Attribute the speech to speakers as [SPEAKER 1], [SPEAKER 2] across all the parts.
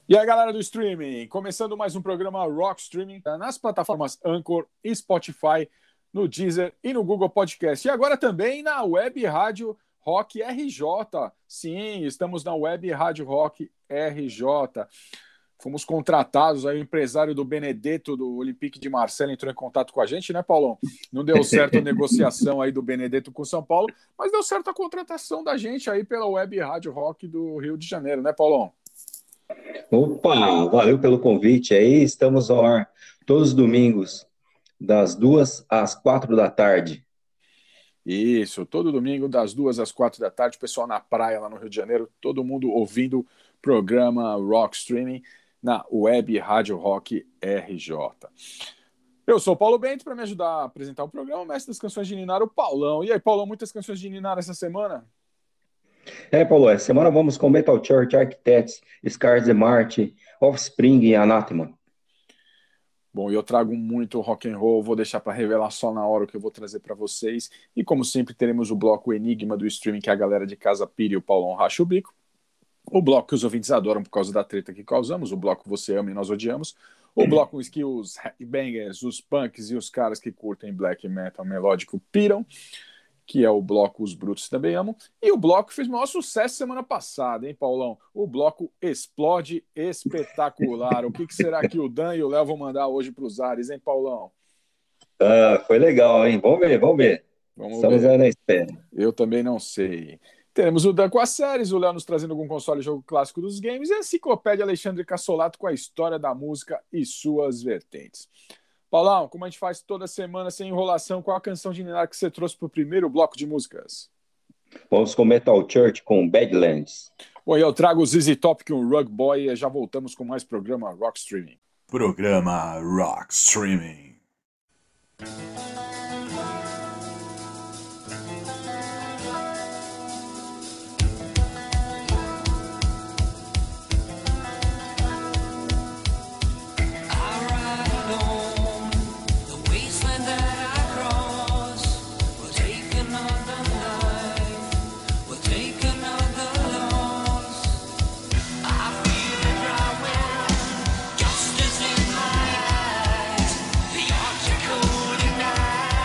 [SPEAKER 1] E aí, galera do streaming, começando mais um programa Rock Streaming nas plataformas Anchor, Spotify, no Deezer e no Google Podcast. E agora também na Web Rádio Rock RJ. Sim, estamos na Web Rádio Rock RJ. Fomos contratados, aí o empresário do Benedetto, do Olympique de Marseille, entrou em contato com a gente, né, Paulão? Não deu certo a negociação aí do Benedetto com São Paulo, mas deu certo a contratação da gente aí pela Web Rádio Rock do Rio de Janeiro, né, Paulão?
[SPEAKER 2] Opa, valeu pelo convite aí. Estamos ao ar todos os domingos, das 2 às 4 da tarde.
[SPEAKER 1] Isso, todo domingo, das 2 às 4 da tarde, o pessoal na praia lá no Rio de Janeiro, todo mundo ouvindo o programa Rock Streaming na Web Rádio Rock RJ. Eu sou o Paulo Bento, para me ajudar a apresentar o programa, o mestre das canções de Ninar, o Paulão. E aí, Paulão, muitas canções de Ninar essa semana?
[SPEAKER 2] Paulo, essa semana vamos com Metal Church, Architects, Scars the March, Offspring e Anathema.
[SPEAKER 1] Bom, eu trago muito rock and roll, vou deixar para revelar só na hora o que eu vou trazer para vocês. E como sempre, teremos o bloco Enigma do streaming, que a galera de casa pira e o Paulão racha o bico. O bloco que os ouvintes adoram por causa da treta que causamos, o bloco Você Ama e Nós Odiamos. O bloco que os headbangers, os punks e os caras que curtem black metal melódico piram, que é o bloco Os Brutos Também Amam. E o bloco que fez o maior sucesso semana passada, hein, Paulão? O bloco Explode Espetacular. O que será que o Dan e o Léo vão mandar hoje para os ares, hein, Paulão?
[SPEAKER 2] Foi legal, hein? Vamos ver, vamos ver.
[SPEAKER 1] Vamos
[SPEAKER 2] Estamos aí
[SPEAKER 1] ver.
[SPEAKER 2] na espera.
[SPEAKER 1] Eu também não sei. Teremos o Dan com as séries, o Léo nos trazendo algum console e jogo clássico dos games, e a enciclopédia Alexandre Cassolato com a história da música e suas vertentes. Paulão, como a gente faz toda semana sem enrolação, qual a canção de Ninar que você trouxe para o primeiro bloco de músicas?
[SPEAKER 2] Vamos com Metal Church com Badlands.
[SPEAKER 1] Bom, eu trago o ZZ Top com o Rug Boy e já voltamos com mais programa Rock Streaming.
[SPEAKER 3] Programa Rock Streaming.
[SPEAKER 4] Justice in my eyes, the article denied.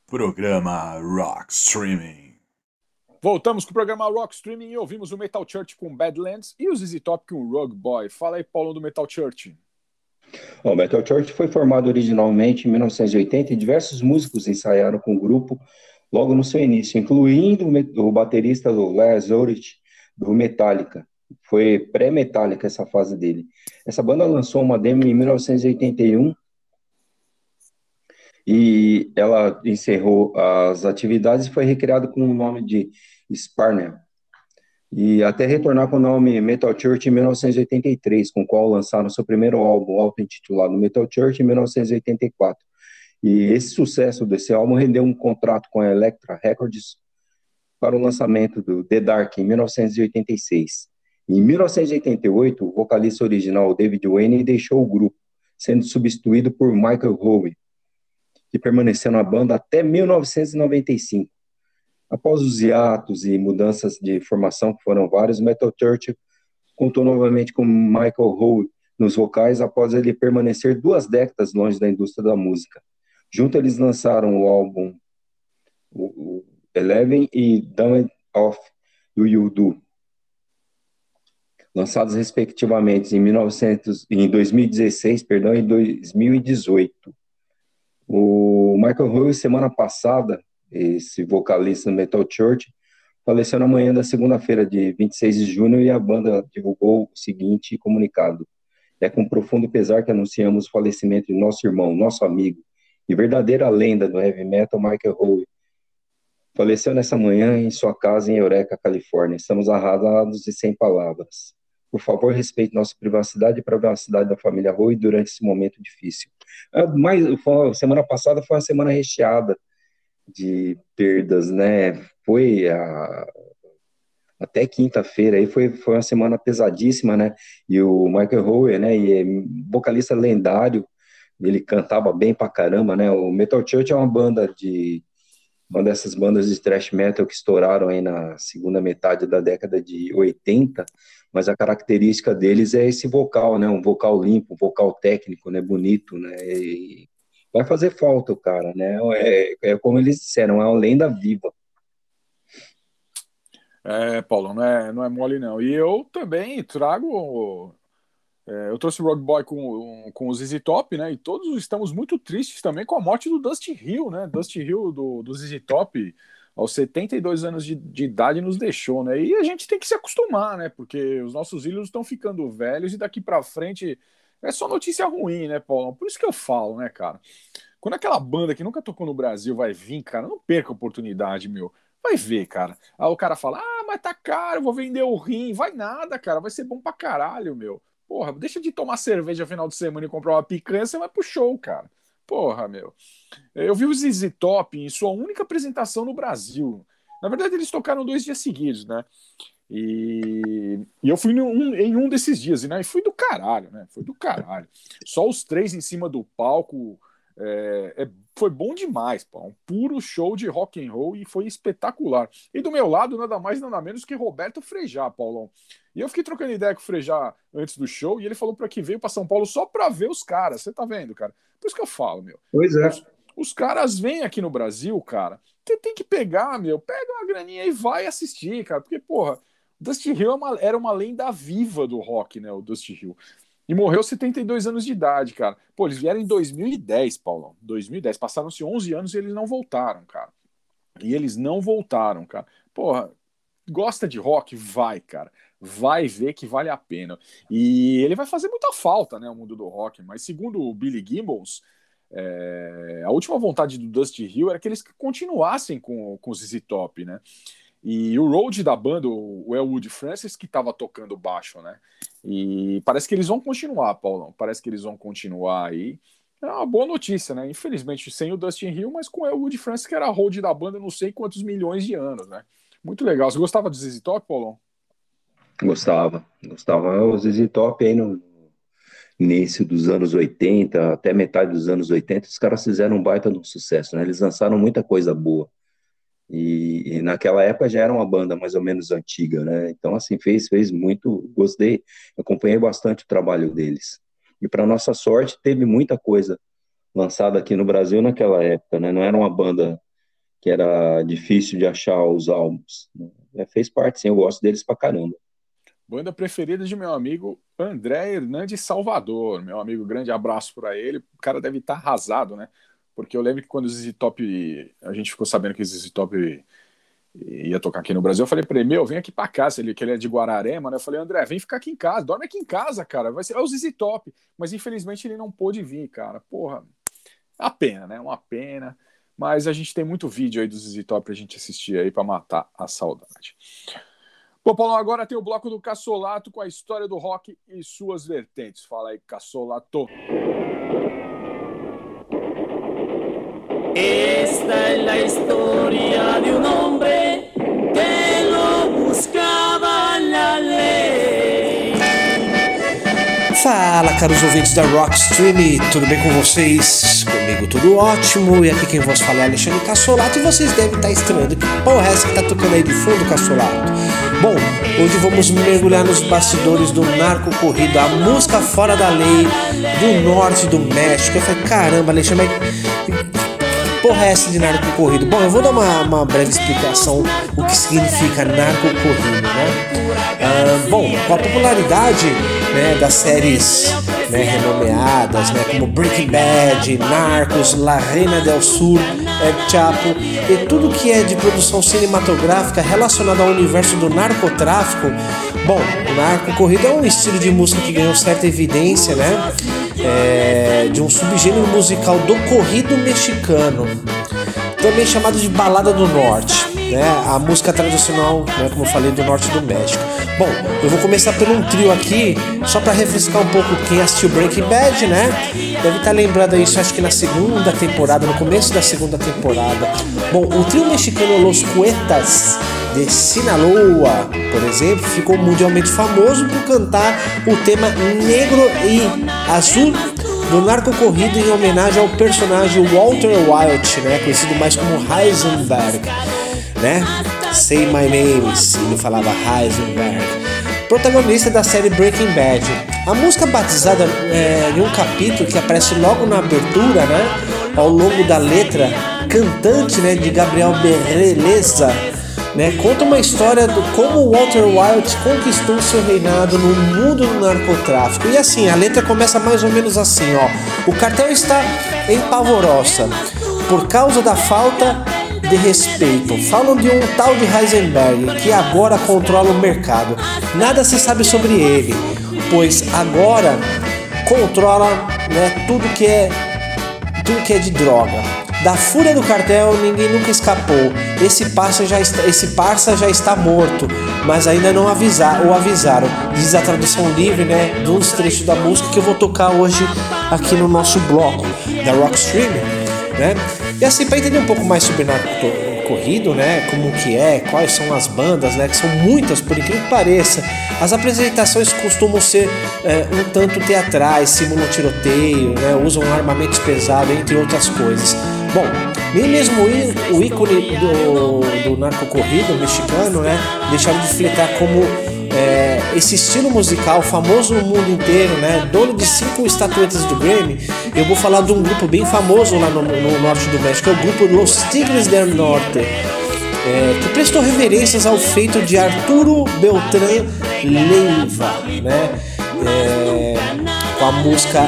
[SPEAKER 3] Programa Rock Streaming.
[SPEAKER 1] Voltamos com o programa Rock Streaming e ouvimos o Metal Church com Badlands e o ZZ Top com Rogue Boy. Fala aí, Paulo, do Metal Church.
[SPEAKER 2] O Metal Church foi formado originalmente em 1980 e diversos músicos ensaiaram com o grupo logo no seu início, incluindo o baterista do Lars Ulrich, do Metallica. Foi pré-Metallica essa fase dele. Essa banda lançou uma demo em 1981 e ela encerrou as atividades e foi recriada com o nome de Sparnel. E até retornar com o nome Metal Church em 1983, com o qual lançaram seu primeiro álbum, auto-intitulado Metal Church, em 1984. E esse sucesso desse álbum rendeu um contrato com a Elektra Records para o lançamento do The Dark, em 1986. Em 1988, o vocalista original, David Wayne, deixou o grupo, sendo substituído por Michael Howe, que permaneceu na banda até 1995. Após os hiatos e mudanças de formação, que foram vários, Metal Church contou novamente com Michael Howe nos vocais, após ele permanecer 2 décadas longe da indústria da música. Junto, eles lançaram o álbum o Eleven e Damned of Do You Do, lançados respectivamente em 2016 e 2018. O Michael Howe, semana passada, esse vocalista do Metal Church, faleceu na manhã da segunda-feira, de 26 de junho, e a banda divulgou o seguinte comunicado: é com profundo pesar que anunciamos o falecimento de nosso irmão, nosso amigo e verdadeira lenda do heavy metal, Michael Howe. Faleceu nessa manhã em sua casa em Eureka, Califórnia. Estamos arrasados e sem palavras. Por favor, respeite nossa privacidade e a privacidade da família Howe durante esse momento difícil. Semana passada foi uma semana recheada de perdas, né? Até quinta-feira aí foi uma semana pesadíssima, né? E o Michael Howe, né? E é vocalista lendário, ele cantava bem pra caramba, né? O Metal Church é uma dessas bandas de thrash metal que estouraram aí na segunda metade da década de 80, mas a característica deles é esse vocal, né? Um vocal limpo, um vocal técnico, né? Bonito, né? E vai fazer falta o cara, né? É como eles disseram, é uma lenda viva.
[SPEAKER 1] Paulo, não é mole não. E eu também trago... eu trouxe o Rogue Boy com o ZZ Top, né? E todos estamos muito tristes também com a morte do Dusty Hill, né? Dusty Hill do ZZ Top, aos 72 anos de idade, nos deixou, né? E a gente tem que se acostumar, né? Porque os nossos ídolos estão ficando velhos e daqui pra frente é só notícia ruim, né, Paulo? Por isso que eu falo, né, cara? Quando aquela banda que nunca tocou no Brasil vai vir, cara, não perca a oportunidade, meu. Vai ver, cara. Aí o cara fala, mas tá caro, vou vender o rim. Vai nada, cara, vai ser bom pra caralho, meu. Porra, deixa de tomar cerveja final de semana e comprar uma picanha, você vai pro show, cara. Porra, meu. Eu vi o ZZ Top em sua única apresentação no Brasil. Na verdade, eles tocaram 2 dias seguidos, né? E eu fui em um desses dias, né? E fui do caralho, né? Foi do caralho. Só os 3 em cima do palco. Foi bom demais, pô. Um puro show de rock and roll e foi espetacular. E do meu lado, nada mais, nada menos que Roberto Frejá, Paulão. E eu fiquei trocando ideia com o Frejá antes do show e ele falou que veio para São Paulo só para ver os caras. Você tá vendo, cara? Por isso que eu falo, meu.
[SPEAKER 2] Pois é.
[SPEAKER 1] Os caras vêm aqui no Brasil, cara. Você tem que pegar, meu. Pega uma graninha e vai assistir, cara. Porque, porra, Dusty Hill era uma lenda viva do rock, né? O Dusty Hill. E morreu 72 anos de idade, cara. Pô, eles vieram em 2010, Paulão. 2010. Passaram-se 11 anos e eles não voltaram, cara. E eles não voltaram, cara. Porra, gosta de rock? Vai, cara. Vai ver que vale a pena. E ele vai fazer muita falta, né, o mundo do rock. Mas segundo o Billy Gibbons, a última vontade do Dusty Hill era que eles continuassem com o ZZ Top, né? E o road da banda, o Elwood Francis, que estava tocando baixo, né? E parece que eles vão continuar, Paulão. Parece que eles vão continuar aí. É uma boa notícia, né? Infelizmente, sem o Dustin Hill, mas com o Elwood Francis, que era a road da banda não sei quantos milhões de anos, né? Muito legal. Você gostava do ZZ Top, Paulão?
[SPEAKER 2] Gostava. O ZZ Top aí no início dos anos 80, até metade dos anos 80, os caras fizeram um baita de um sucesso, né? Eles lançaram muita coisa boa. E naquela época já era uma banda mais ou menos antiga, né? Então, assim, fez muito, gostei, acompanhei bastante o trabalho deles. E para nossa sorte, teve muita coisa lançada aqui no Brasil naquela época, né? Não era uma banda que era difícil de achar os álbuns, né? Fez parte, sim, eu gosto deles pra caramba.
[SPEAKER 1] Banda preferida de meu amigo André Hernandes Salvador. Meu amigo, grande abraço para ele. O cara deve estar arrasado, né? Porque eu lembro que quando o ZZ Top, a gente ficou sabendo que o ZZ Top ia tocar aqui no Brasil, eu falei pra ele, vem aqui pra casa, que ele é de Guararema, né? Eu falei, André, vem ficar aqui em casa, dorme aqui em casa, cara. Vai ser o ZZ Top. Mas infelizmente ele não pôde vir, cara. Porra, uma pena, né? Uma pena. Mas a gente tem muito vídeo aí do ZZ Top pra gente assistir aí pra matar a saudade. Bom, Paulo, agora tem o bloco do Cassolato com a história do rock e suas vertentes. Fala aí, Cassolato.
[SPEAKER 4] Esta es la historia de un hombre que lo buscaba la ley.
[SPEAKER 5] Fala, caros ouvintes da Rockstream, tudo bem com vocês? Comigo tudo ótimo, e aqui quem vos fala é Alexandre Cassolato, e vocês devem estar estranhando que porra é essa que tá tocando aí de fundo, Cassolato? Bom, hoje vamos mergulhar nos bastidores do narco corrido, a música fora da lei do norte do México. Eu falei, caramba, Alexandre, mas porra é essa de narco corrido? Bom, eu vou dar uma breve explicação o que significa narco corrido, né? Bom, com a popularidade, né, das séries, né, renomeadas, né, como Breaking Bad, Narcos, La Reina del Sur, El Chapo e tudo que é de produção cinematográfica relacionado ao universo do narcotráfico. Bom, o narco corrido é um estilo de música que ganhou certa evidência, né, de um subgênero musical do corrido mexicano, também chamado de balada do norte, né? A música tradicional, né, como eu falei, do norte do México. Bom, eu vou começar por um trio aqui, só para refrescar um pouco quem assistiu Breaking Bad, né? Deve estar lembrado isso, acho que na segunda temporada, no começo da segunda temporada. Bom, o trio mexicano Los Cuetas de Sinaloa, por exemplo, ficou mundialmente famoso por cantar o tema Negro e Azul do narco corrido em homenagem ao personagem Walter White, né, conhecido mais como Heisenberg, né? Say My Name, ele falava Heisenberg, protagonista da série Breaking Bad. A música batizada em um capítulo que aparece logo na abertura, né, ao longo da letra, cantante, né, de Gabriel Beleza, né, conta uma história de como Walter White conquistou seu reinado no mundo do narcotráfico. E assim, a letra começa mais ou menos assim, ó: o cartel está em Palvorosa por causa da falta de respeito. Falam de um tal de Heisenberg que agora controla o mercado. Nada se sabe sobre ele, pois agora controla, né, tudo que é de droga. Da fúria do cartel, ninguém nunca escapou. Esse parça já está morto, mas ainda não avisaram. Diz a tradução livre, né, de uns trechos da música que eu vou tocar hoje aqui no nosso bloco da Rockstream, né? E assim, para entender um pouco mais sobre narco corrido, né, como que é, quais são as bandas, né, que são muitas, por incrível que pareça. As apresentações costumam ser um tanto teatrais, simulam tiroteio, né, usam armamentos pesados, entre outras coisas. Bom, nem mesmo o ícone do narco corrido mexicano, né, deixaram de fletar como esse estilo musical famoso no mundo inteiro, né, dono de 5 estatuetas do Grammy. Eu vou falar de um grupo bem famoso lá no norte do México, é o grupo Los Tigres del Norte, que prestou reverências ao feito de Arturo Beltrán Leiva, né, com a música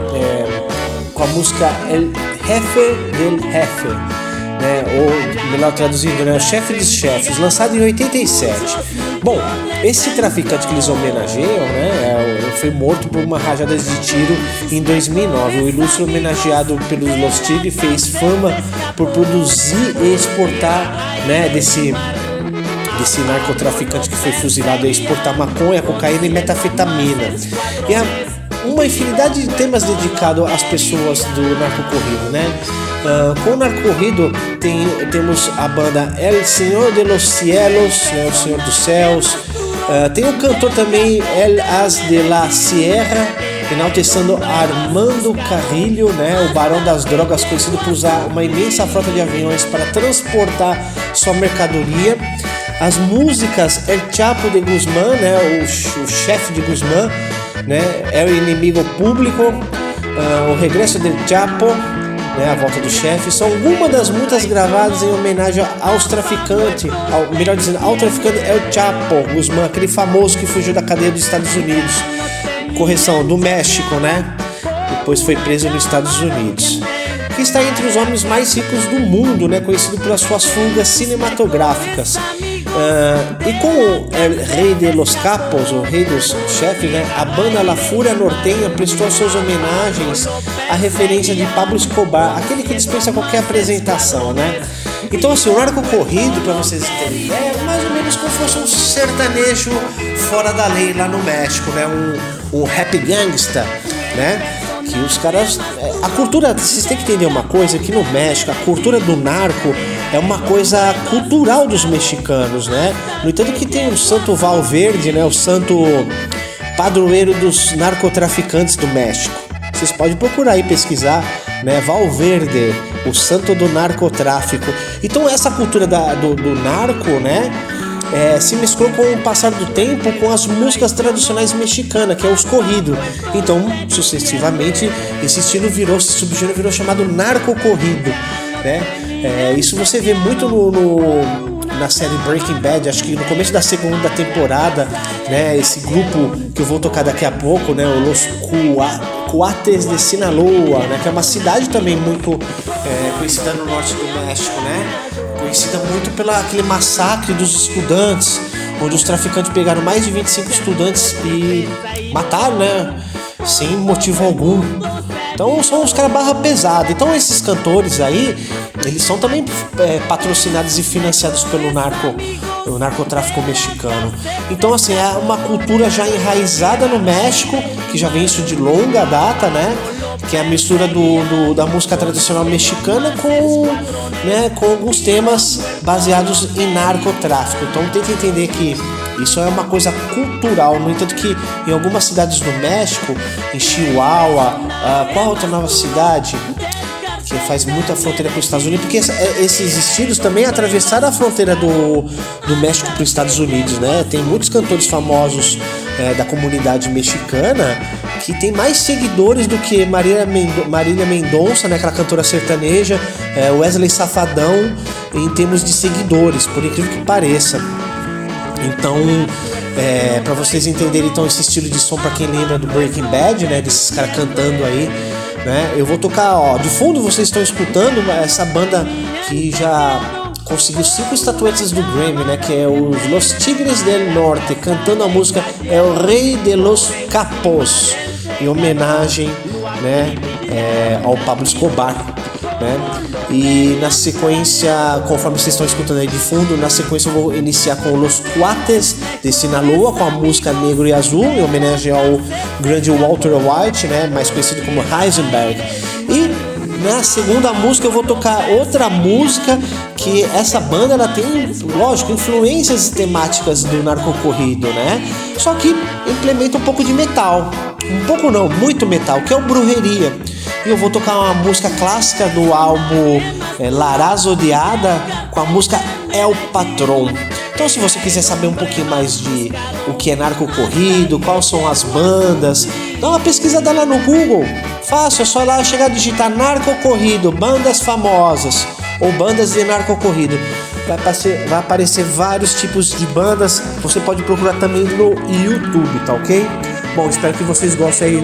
[SPEAKER 5] El Jefe del Jefe, né, ou melhor traduzindo, né, o chefe dos chefes, lançado em 87. Bom, esse traficante que eles homenageiam, né, foi morto por uma rajada de tiro em 2009. O ilustre homenageado pelos Los Tigres fez fama por produzir e exportar, né, desse narcotraficante que foi fuzilado, e exportar maconha, cocaína e metanfetamina. E uma infinidade de temas dedicados às pessoas do narco corrido, né? Com o narco corrido temos a banda El Señor de los Cielos, né, o Senhor dos Céus. Tem o cantor também El As de la Sierra, enaltecendo Armando Carrillo, né, o barão das drogas, conhecido por usar uma imensa frota de aviões para transportar sua mercadoria. As músicas El Chapo de Guzmán, né, o chefe de Guzmán, né, é o inimigo público, o regresso del Chapo, né, A Volta do Chefe, são algumas das muitas gravadas em homenagem aos traficantes, melhor dizendo, ao traficante El Chapo Guzmán, aquele famoso que fugiu da cadeia dos Estados Unidos, correção, do México, né? Depois foi preso nos Estados Unidos. Que está entre os homens mais ricos do mundo, né? Conhecido pelas suas fugas cinematográficas. E com o Rei de los Capos, o Rei dos Chefes, né? A banda La Furia Norteña prestou suas homenagens à referência de Pablo Escobar, aquele que dispensa qualquer apresentação, né? Então, assim, o narco corrido, para vocês terem ideia, é mais ou menos como se fosse um sertanejo fora da lei lá no México, né? Um rap gangsta, né? Que os caras... A cultura... Vocês têm que entender uma coisa, que no México a cultura do narco é uma coisa cultural dos mexicanos, né? No entanto que tem o Santo Valverde, né? O santo padroeiro dos narcotraficantes do México. Vocês podem procurar aí, pesquisar, né? Valverde, o santo do narcotráfico. Então essa cultura do narco, né? Se mesclou com o passar do tempo com as músicas tradicionais mexicanas, que é os corridos. Então, sucessivamente, esse subgênero virou chamado narco-corrido, né? Isso você vê muito na série Breaking Bad, acho que no começo da segunda temporada, né? Esse grupo que eu vou tocar daqui a pouco, né? O Los Cuates de Sinaloa, né? Que é uma cidade também muito conhecida no norte do México, né? Conhecida muito pelo aquele massacre dos estudantes, onde os traficantes pegaram mais de 25 estudantes e mataram, né? Sem motivo algum. Então são os caras barra pesada. Então esses cantores aí, eles são também patrocinados e financiados pelo narcotráfico mexicano. Então assim, é uma cultura já enraizada no México, que já vem isso de longa data, né? Que é a mistura da música tradicional mexicana com alguns temas baseados em narcotráfico. Então tenta entender que isso é uma coisa cultural. No entanto que em algumas cidades do México, em Chihuahua, qual outra nova cidade que faz muita fronteira com os Estados Unidos, porque esses estilos também atravessaram a fronteira do México para os Estados Unidos, né? Tem muitos cantores famosos da comunidade mexicana que tem mais seguidores do que Marília Mendonça, né? Aquela cantora sertaneja, Wesley Safadão, em termos de seguidores, por incrível que pareça. Então, para vocês entenderem então esse estilo de som, para quem lembra do Breaking Bad, né? Desses caras cantando aí, né? Eu vou tocar, de fundo vocês estão escutando essa banda que já conseguiu 5 estatuetas do Grammy, né? Que é os Los Tigres del Norte, cantando a música El Rey de los Capos, em homenagem, né? Ao Pablo Escobar, né? E na sequência, conforme vocês estão escutando aí de fundo, na sequência eu vou iniciar com Los Cuates de Sinaloa, com a música Negro e Azul, em homenagem ao grande Walter White, né? Mais conhecido como Heisenberg. E na segunda música eu vou tocar outra música que essa banda ela tem, lógico, influências temáticas do narcocorrido, né? Só que implementa um pouco de metal. Um pouco não, muito metal, que é o Brujeria. E eu vou tocar uma música clássica do álbum La Raza Odiada, com a música El Patrón. Então se você quiser saber um pouquinho mais de o que é narcocorrido, quais são as bandas, dá uma pesquisada lá no Google. Fácil, é só lá chegar a digitar narcocorrido, bandas famosas ou bandas de narcocorrido. Vai aparecer vários tipos de bandas. Você pode procurar também no YouTube, tá ok? Bom, espero que vocês gostem aí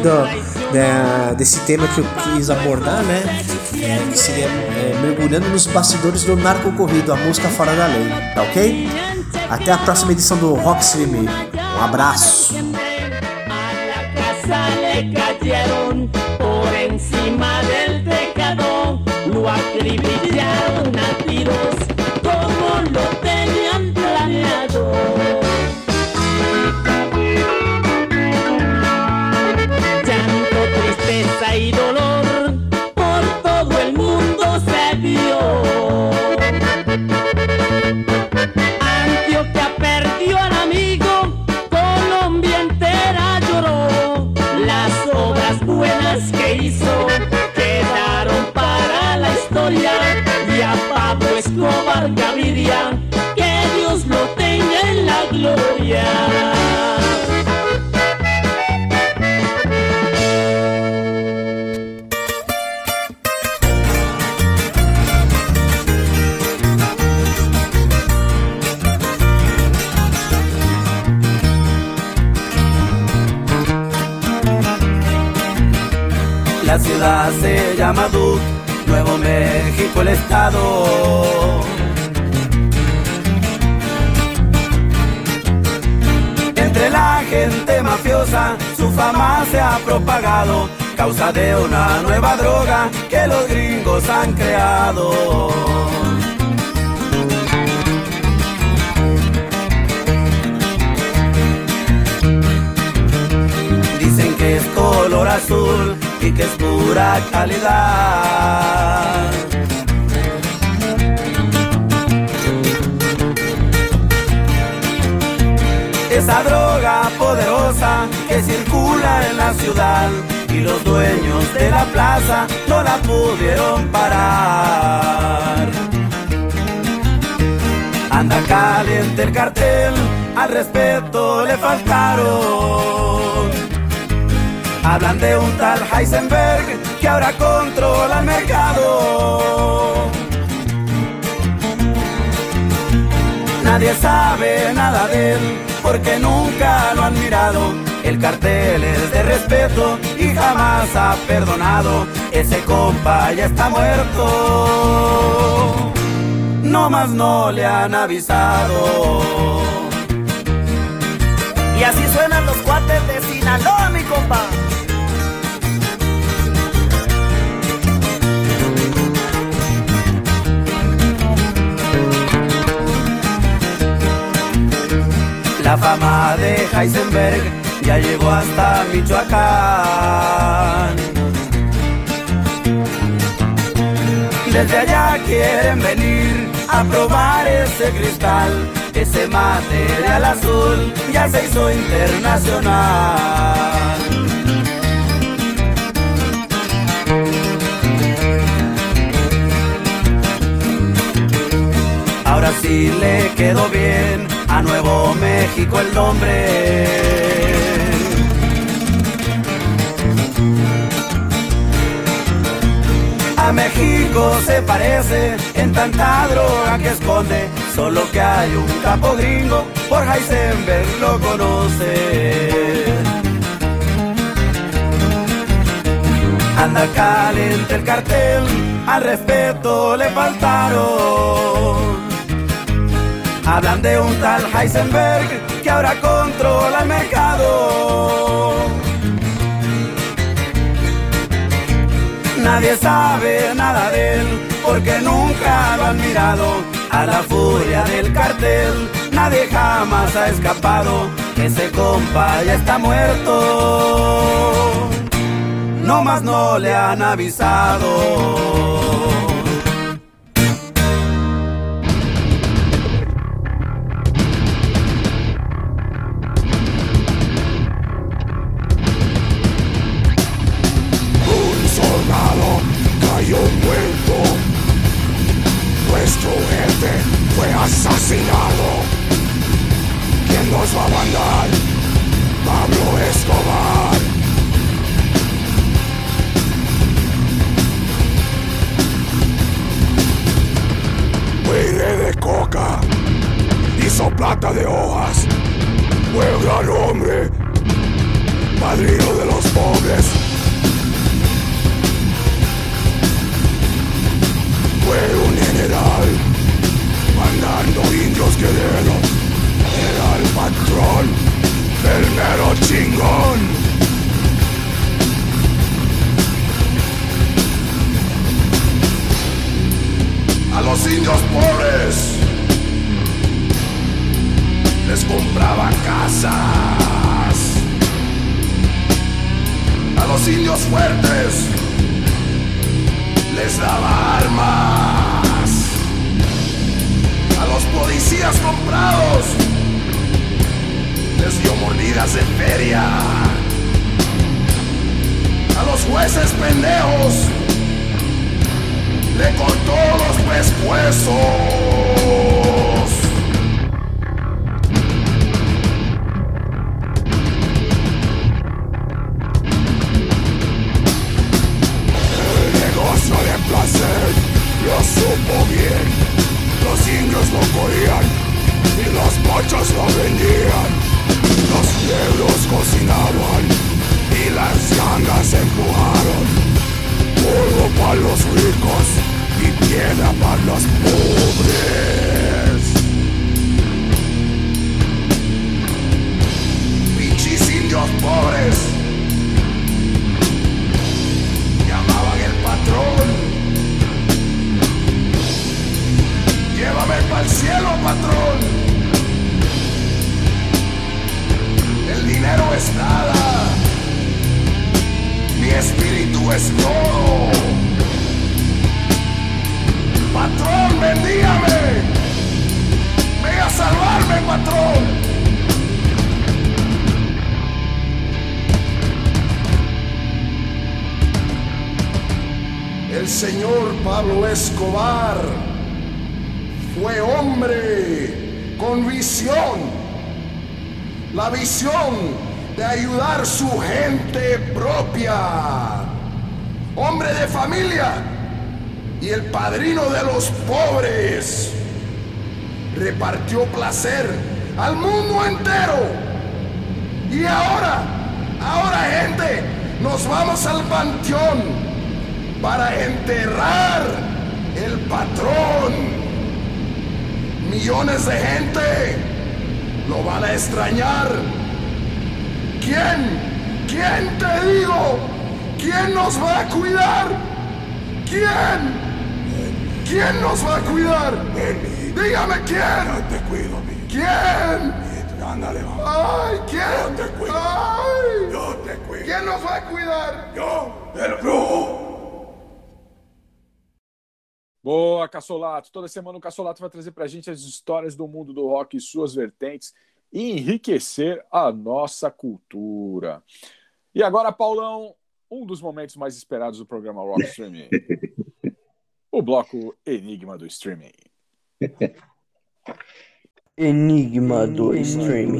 [SPEAKER 5] desse tema que eu quis abordar, né? Que seria mergulhando nos bastidores do narcocorrido, a música fora da lei, tá ok? Até a próxima edição do Rock Stream. Um abraço!
[SPEAKER 4] Y dolor por todo el mundo se vio. Antioquia perdió al amigo, Colombia entera lloró. Las obras buenas que hizo quedaron para la historia. Y a Pablo Escobar Gaviria, que Dios lo tenga en la gloria.
[SPEAKER 6] La ciudad se llama Duke, Nuevo México el estado. Entre la gente mafiosa su fama se ha propagado, causa de una nueva droga que los gringos han creado. Dicen que es color azul y que es pura calidad. Esa droga poderosa que circula en la ciudad y los dueños de la plaza no la pudieron parar. Anda caliente el cartel, al respeto le faltaron. Hablan de un tal Heisenberg que ahora controla el mercado. Nadie sabe nada de él porque nunca lo han mirado. El cartel es de respeto y jamás ha perdonado. Ese compa ya está muerto, no más no le han avisado.
[SPEAKER 7] Y así suenan los cuates de Sinaloa, mi compa.
[SPEAKER 6] La fama de Heisenberg ya llegó hasta Michoacán. Desde allá quieren venir a probar ese cristal. Ese material azul ya se hizo internacional. Ahora sí le quedó bien a Nuevo México el nombre. A México se parece en tanta droga que esconde, solo que hay un capo gringo, por Heisenberg lo conoce. Anda caliente el cartel, al respeto le faltaron. Hablan de un tal Heisenberg que ahora controla el mercado. Nadie sabe nada de él porque nunca lo han mirado. A la furia del cartel nadie jamás ha escapado. Ese compa ya está muerto, no más no le han avisado.
[SPEAKER 8] Nuestro jefe fue asesinado. ¿Quién nos va a mandar? Pablo Escobar. Huele de coca, hizo plata de hojas. Fue un gran hombre, padrino de los pobres. Fue un general, mandando indios guerreros. Era el patrón, el mero chingón. A los indios pobres les compraba casas. A los indios fuertes les daba armas. A los policías comprados les dio mordidas de feria. A los jueces pendejos le cortó los pescuezos. Lo supo bien, los indios lo podían y los pochos lo vendían. Los negros cocinaban y las gangas empujaron. oro para los ricos y piedra para los pobres. Pinches indios pobres llamaban el patrón. Llévame pa'l cielo, patrón. El dinero es nada, mi espíritu es todo. Patrón, bendígame. Venga a salvarme, patrón. El señor Pablo Escobar fue hombre con visión. La visión de ayudar su gente propia. Hombre de familia y el padrino de los pobres. Repartió placer al mundo entero. Y ahora gente, nos vamos al panteón para enterrar el patrón. Millones de gente lo van a extrañar. ¿Quién te digo? ¿Quién nos va a cuidar? ¿Quién nos va a cuidar? Dígame quién.
[SPEAKER 9] Yo te cuido, mi.
[SPEAKER 8] ¿Quién?
[SPEAKER 9] Ándale, vamos.
[SPEAKER 8] Ay, ¿quién?
[SPEAKER 9] Yo te cuido.
[SPEAKER 8] Ay.
[SPEAKER 9] Yo te cuido.
[SPEAKER 8] ¿Quién nos va a cuidar?
[SPEAKER 9] Yo, el brujo.
[SPEAKER 1] Boa, Cassolato. Toda semana o Cassolato vai trazer pra gente as histórias do mundo do rock e suas vertentes e enriquecer a nossa cultura. E agora, Paulão, um dos momentos mais esperados do programa Rock Streaming. O bloco Enigma do Streaming.
[SPEAKER 10] Enigma do Streaming.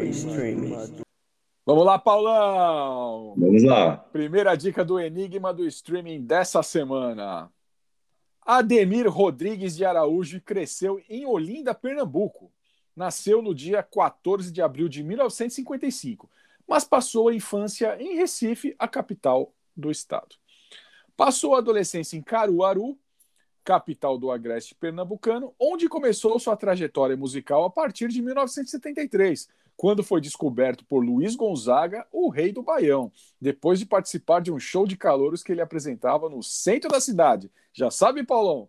[SPEAKER 1] Vamos lá, Paulão!
[SPEAKER 2] Vamos lá.
[SPEAKER 1] Primeira dica do Enigma do Streaming dessa semana. Ademir Rodrigues de Araújo cresceu em Olinda, Pernambuco. Nasceu no dia 14 de abril de 1955, mas passou a infância em Recife, a capital do estado. Passou a adolescência em Caruaru, capital do agreste pernambucano, onde começou sua trajetória musical a partir de 1973, quando foi descoberto por Luiz Gonzaga, o Rei do Baião, depois de participar de um show de calouros que ele apresentava no centro da cidade. Já sabe, Paulão?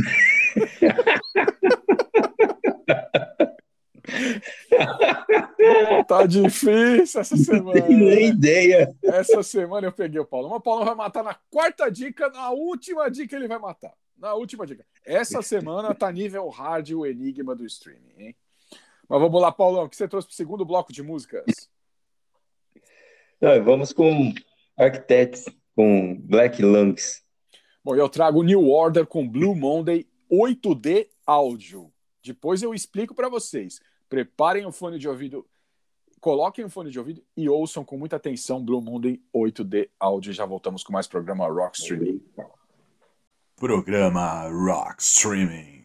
[SPEAKER 1] Tá difícil essa semana.
[SPEAKER 2] Não tenho nem ideia.
[SPEAKER 1] Essa semana eu peguei o Paulão. Mas o Paulão vai matar na quarta dica, na última dica ele vai matar. Na última dica. Essa semana tá nível hard o Enigma do Streaming, hein? Mas vamos lá, Paulão, o que você trouxe para o segundo bloco de músicas?
[SPEAKER 2] Vamos com Architects, com Black Lungs.
[SPEAKER 1] Bom, eu trago New Order com Blue Monday 8D áudio. Depois eu explico para vocês. Preparem o fone de ouvido, coloquem o fone de ouvido e ouçam com muita atenção Blue Monday 8D áudio. Já voltamos com mais programa Rock Streaming.
[SPEAKER 3] Programa Rock Streaming.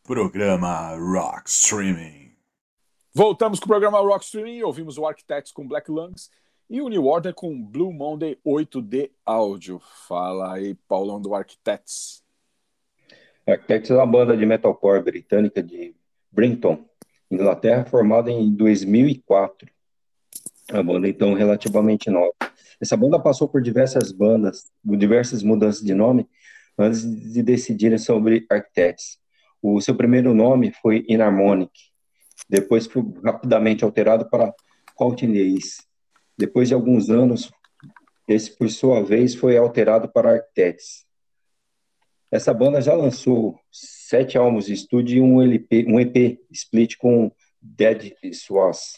[SPEAKER 3] Programa Rock Streaming.
[SPEAKER 1] Voltamos com o programa Rock Streaming. Ouvimos o Architects com Black Lungs e o New Order com Blue Monday 8D áudio. Fala aí, Paulão, do Architects.
[SPEAKER 2] Architects é uma banda de metalcore britânica de Brinton, Inglaterra, formada em 2004. A banda, então, relativamente nova. Essa banda passou por diversas mudanças de nome antes de decidirem sobre Architects. O seu primeiro nome foi Inharmonic, depois foi rapidamente alterado para Courtney's. Depois de alguns anos, esse, por sua vez, foi alterado para Architects. Essa banda já lançou 7 álbuns de estúdio e um EP split com Dead Swaz.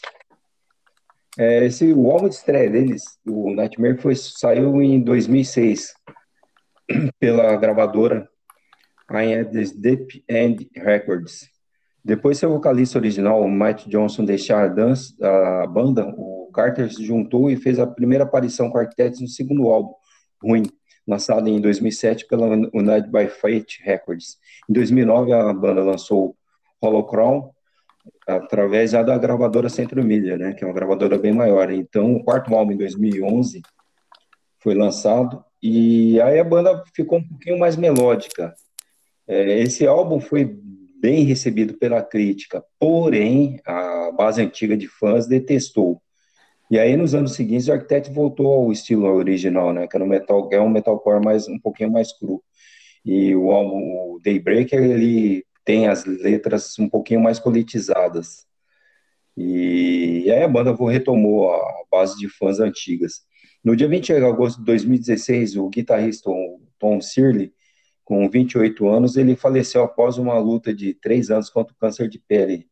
[SPEAKER 2] O álbum de estreia deles, o Nightmare, saiu em 2006 pela gravadora I The Deep End Records. Depois seu vocalista original, Mike Johnson, deixar a banda, o Carter se juntou e fez a primeira aparição com Architects no segundo álbum, Ruim, lançado em 2007 pela United by Fate Records. Em 2009, a banda lançou Holocron, através já da gravadora Centro Media, né, que é uma gravadora bem maior. Então, o quarto álbum, em 2011, foi lançado, e aí a banda ficou um pouquinho mais melódica. Esse álbum foi bem recebido pela crítica, porém, a base antiga de fãs detestou. E aí, nos anos seguintes, o Architect voltou ao estilo original, né, que era um metalcore um pouquinho mais cru. E o álbum o Daybreaker, ele tem as letras um pouquinho mais politizadas. E aí a banda retomou a base de fãs antigas. No dia 20 de agosto de 2016, o guitarrista Tom Searle, com 28 anos, ele faleceu após uma luta de 3 anos contra o câncer de pele.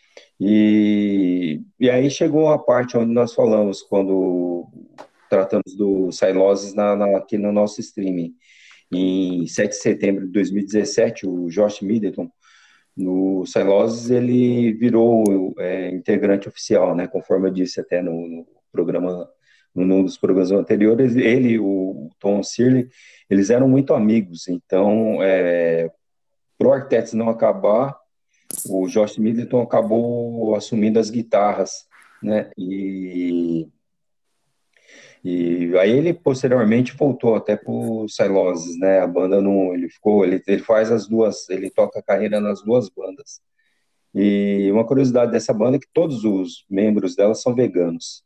[SPEAKER 2] E aí chegou a parte onde nós falamos, quando tratamos do Psyloses aqui no nosso streaming. Em 7 de setembro de 2017, o Josh Middleton, no Psyloses, ele virou integrante oficial, né, conforme eu disse até no programa, num dos programas anteriores. Ele e o Tom Searle, eles eram muito amigos. Então, para o Architects não acabar, o Josh Middleton acabou assumindo as guitarras, né, e aí ele posteriormente voltou até para o Psyloses, né, a banda não, ele faz as duas, ele toca a carreira nas duas bandas. E uma curiosidade dessa banda é que todos os membros dela são veganos.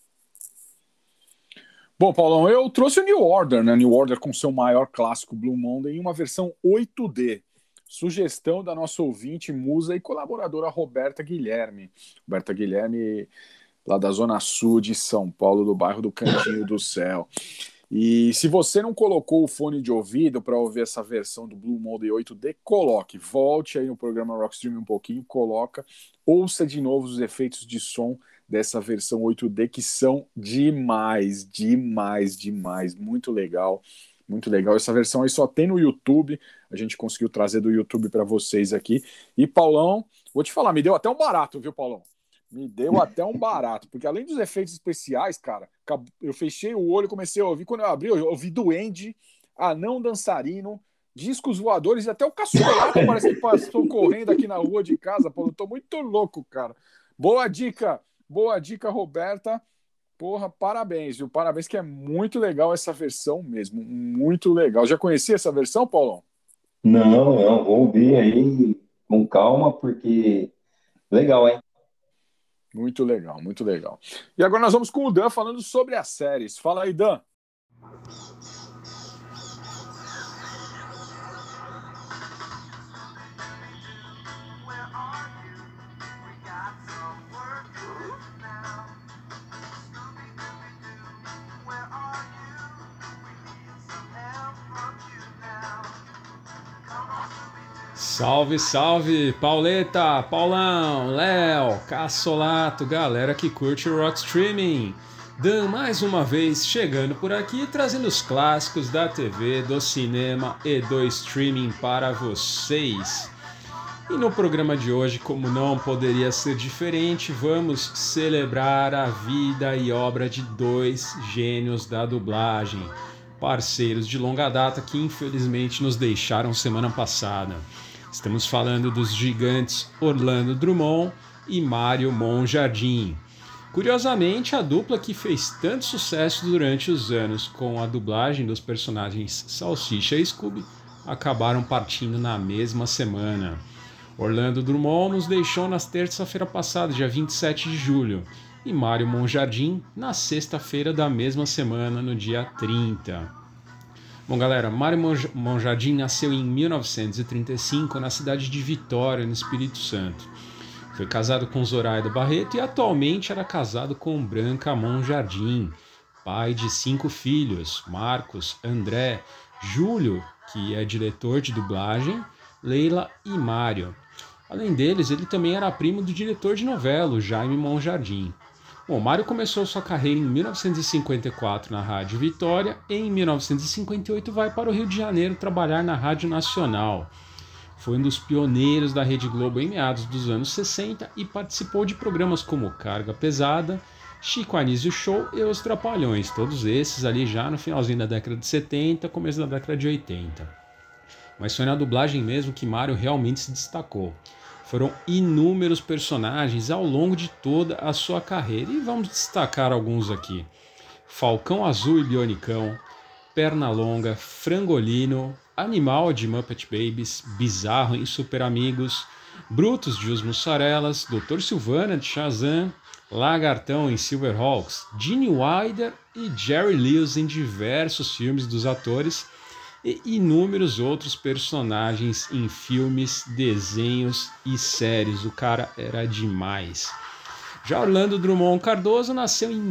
[SPEAKER 1] Bom, Paulão, eu trouxe o New Order, né? New Order com seu maior clássico Blue Monday em uma versão 8D. Sugestão da nossa ouvinte, musa e colaboradora Roberta Guilherme. Roberta Guilherme, lá da Zona Sul de São Paulo, do bairro do Cantinho do Céu. E se você não colocou o fone de ouvido para ouvir essa versão do Blue Monday 8D, coloque. Volte aí no programa Rockstream um pouquinho, coloca. Ouça de novo os efeitos de som dessa versão 8D, que são demais. Muito legal. Muito legal. Essa versão aí só tem no YouTube. A gente conseguiu trazer do YouTube para vocês aqui. E, Paulão, vou te falar, me deu até um barato, viu, Paulão? Me deu até um barato. Porque além dos efeitos especiais, cara, eu fechei o olho e comecei a ouvir. Quando eu abri, eu ouvi Duende, Anão Dançarino, Discos Voadores e até o Caçulato parece que passou correndo aqui na rua de casa. Pô, eu tô muito louco, cara. Boa dica, Roberta. Porra, parabéns, viu? Parabéns, que é muito legal essa versão mesmo. Muito legal. Já conhecia essa versão, Paulão?
[SPEAKER 2] Não, vou ouvir aí com calma, porque legal, hein?
[SPEAKER 1] Muito legal. E agora nós vamos com o Dan falando sobre as séries. Fala aí, Dan.
[SPEAKER 11] Salve, salve, Pauleta, Paulão, Léo, Cassolato, galera que curte o Rock Streaming. Dan mais uma vez chegando por aqui, trazendo os clássicos da TV, do cinema e do streaming para vocês. E no programa de hoje, como não poderia ser diferente, vamos celebrar a vida e obra de 2 gênios da dublagem, parceiros de longa data que infelizmente nos deixaram semana passada. Estamos falando dos gigantes Orlando Drummond e Mário Monjardim. Curiosamente, a dupla que fez tanto sucesso durante os anos com a dublagem dos personagens Salsicha e Scooby acabaram partindo na mesma semana. Orlando Drummond nos deixou na terça-feira passada, dia 27 de julho, e Mário Monjardim na sexta-feira da mesma semana, no dia 30. Bom, galera, Mário Monjardim nasceu em 1935 na cidade de Vitória, no Espírito Santo. Foi casado com Zoraida Barreto e atualmente era casado com Branca Monjardim, pai de 5 filhos, Marcos, André, Júlio, que é diretor de dublagem, Leila e Mário. Além deles, ele também era primo do diretor de novela, Jaime Monjardim. Bom, Mário começou sua carreira em 1954 na Rádio Vitória e em 1958 vai para o Rio de Janeiro trabalhar na Rádio Nacional. Foi um dos pioneiros da Rede Globo em meados dos anos 60 e participou de programas como Carga Pesada, Chico Anísio Show e Os Trapalhões, todos esses ali já no finalzinho da década de 70, começo da década de 80. Mas foi na dublagem mesmo que Mário realmente se destacou. Foram inúmeros personagens ao longo de toda a sua carreira e vamos destacar alguns aqui. Falcão Azul e Bionicão, Pernalonga, Frangolino, Animal de Muppet Babies, Bizarro em Super Amigos, Brutus de Os Mussarelas, Dr. Silvana de Shazam, Lagartão em Silverhawks, Gene Wilder e Jerry Lewis em diversos filmes dos atores e inúmeros outros personagens em filmes, desenhos e séries. O cara era demais. Já Orlando Drummond Cardoso nasceu em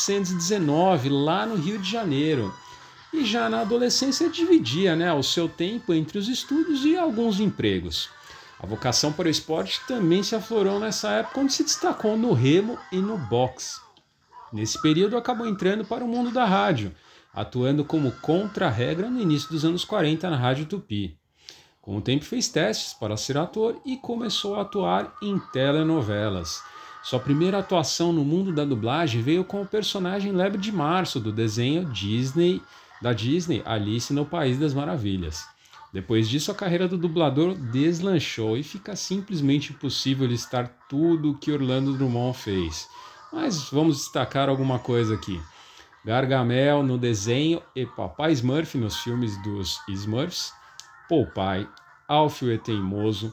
[SPEAKER 11] 1919, lá no Rio de Janeiro. E já na adolescência dividia, o seu tempo entre os estudos e alguns empregos. A vocação para o esporte também se aflorou nessa época, onde se destacou no remo e no boxe. Nesse período acabou entrando para o mundo da rádio, atuando como contra-regra no início dos anos 40 na Rádio Tupi. Com o tempo fez testes para ser ator e começou a atuar em telenovelas. Sua primeira atuação no mundo da dublagem veio com o personagem Lebre de Março do desenho da Disney, Alice no País das Maravilhas. Depois disso, a carreira do dublador deslanchou e fica simplesmente impossível listar tudo o que Orlando Drummond fez. Mas vamos destacar alguma coisa aqui. Gargamel no desenho e Papai Smurf nos filmes dos Smurfs, Popeye, Alfio e Teimoso,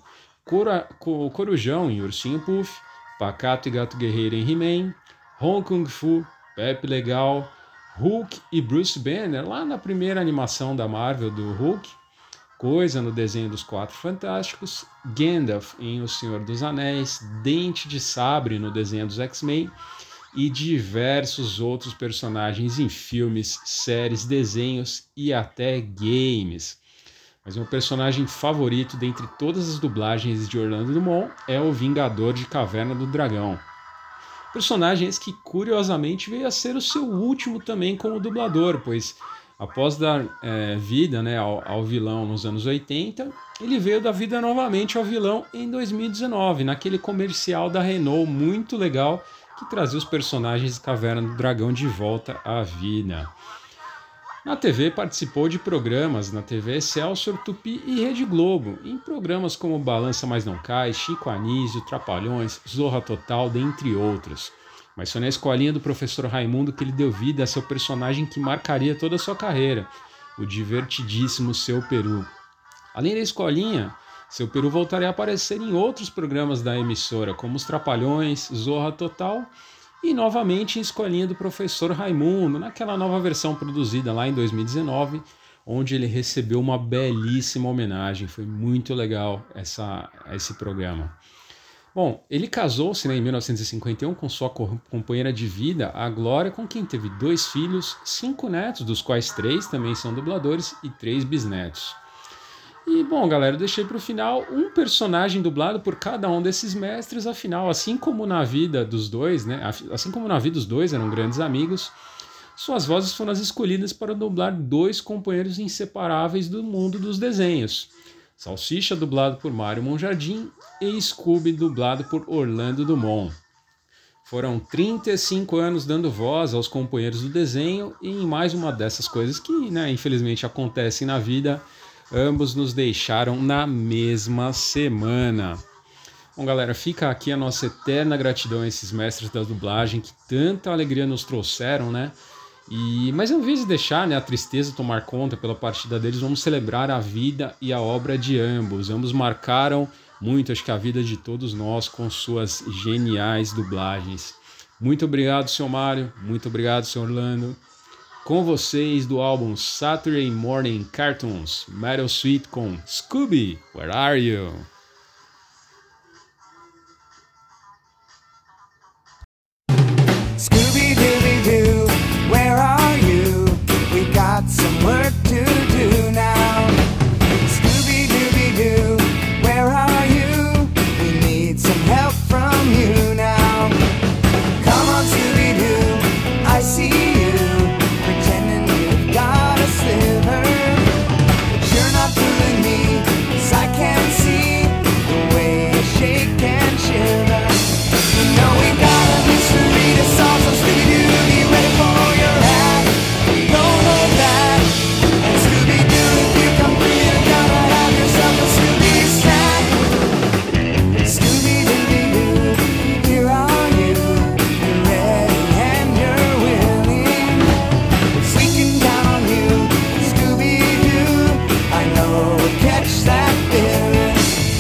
[SPEAKER 11] Corujão em Ursinho Puff, Pacato e Gato Guerreiro em He-Man, Hong Kong Fu, Pepe Legal, Hulk e Bruce Banner lá na primeira animação da Marvel do Hulk, Coisa no desenho dos Quatro Fantásticos, Gandalf em O Senhor dos Anéis, Dente de Sabre no desenho dos X-Men e diversos outros personagens em filmes, séries, desenhos e até games. Mas meu personagem favorito dentre todas as dublagens de Orlando Drummond é o Vingador de Caverna do Dragão. Personagem esse que curiosamente veio a ser o seu último também como dublador, pois após dar vida ao vilão nos anos 80, ele veio dar vida novamente ao vilão em 2019, naquele comercial da Renault muito legal que trazia os personagens de Caverna do Dragão de volta à vida. Na TV participou de programas na TV Excelsior, Tupi e Rede Globo, em programas como Balança Mas Não Cai, Chico Anísio, Trapalhões, Zorra Total, dentre outros. Mas foi na escolinha do professor Raimundo que ele deu vida a seu personagem que marcaria toda a sua carreira, o divertidíssimo Seu Peru. Além da escolinha, Seu Peru voltaria a aparecer em outros programas da emissora, como Os Trapalhões, Zorra Total e novamente em Escolinha do Professor Raimundo, naquela nova versão produzida lá em 2019, onde ele recebeu uma belíssima homenagem. Foi muito legal esse programa. Bom, ele casou-se em 1951 com sua companheira de vida, a Glória, com quem teve 2 filhos, 5 netos, dos quais 3 também são dubladores e 3 bisnetos. E, bom, galera, eu deixei para o final um personagem dublado por cada um desses mestres, afinal, assim como na vida dos dois, assim como na vida dos dois eram grandes amigos, suas vozes foram as escolhidas para dublar 2 companheiros inseparáveis do mundo dos desenhos. Salsicha, dublado por Mário Monjardim, e Scooby, dublado por Orlando Drummond. Foram 35 anos dando voz aos companheiros do desenho e em mais uma dessas coisas que, infelizmente, acontecem na vida, Ambos nos deixaram na mesma semana. Bom, galera, fica aqui a nossa eterna gratidão a esses mestres da dublagem que tanta alegria nos trouxeram, né? Mas ao invés de deixar, né, a tristeza tomar conta pela partida deles, vamos celebrar a vida e a obra de ambos. Ambos marcaram muito, acho que a vida de todos nós com suas geniais dublagens. Muito obrigado, seu Mário. Muito obrigado, seu Orlando. Com vocês do álbum Saturday Morning Cartoons, Metal Suite com Scooby, Where Are You?
[SPEAKER 6] Scooby-Dooby-Doo, where are you? We got some work to do now. Scooby-Dooby-Doo, where are you? We need some help from you now. Come on, Scooby-Doo, I see you, pretending you've got a sliver. But you're not fooling me, 'cause I can't see the way you shake and shiver. You know we got a mystery to solve, so Scooby-Doo, be ready for your hat. Don't hold back. And Scooby-Doo, if you come through, you're gonna have yourself a Scooby snack. Scooby-Dooby-Doo, here are you. You're ready and you're willing. If we can count on you, Scooby-Doo, I know we'll catch that feeling.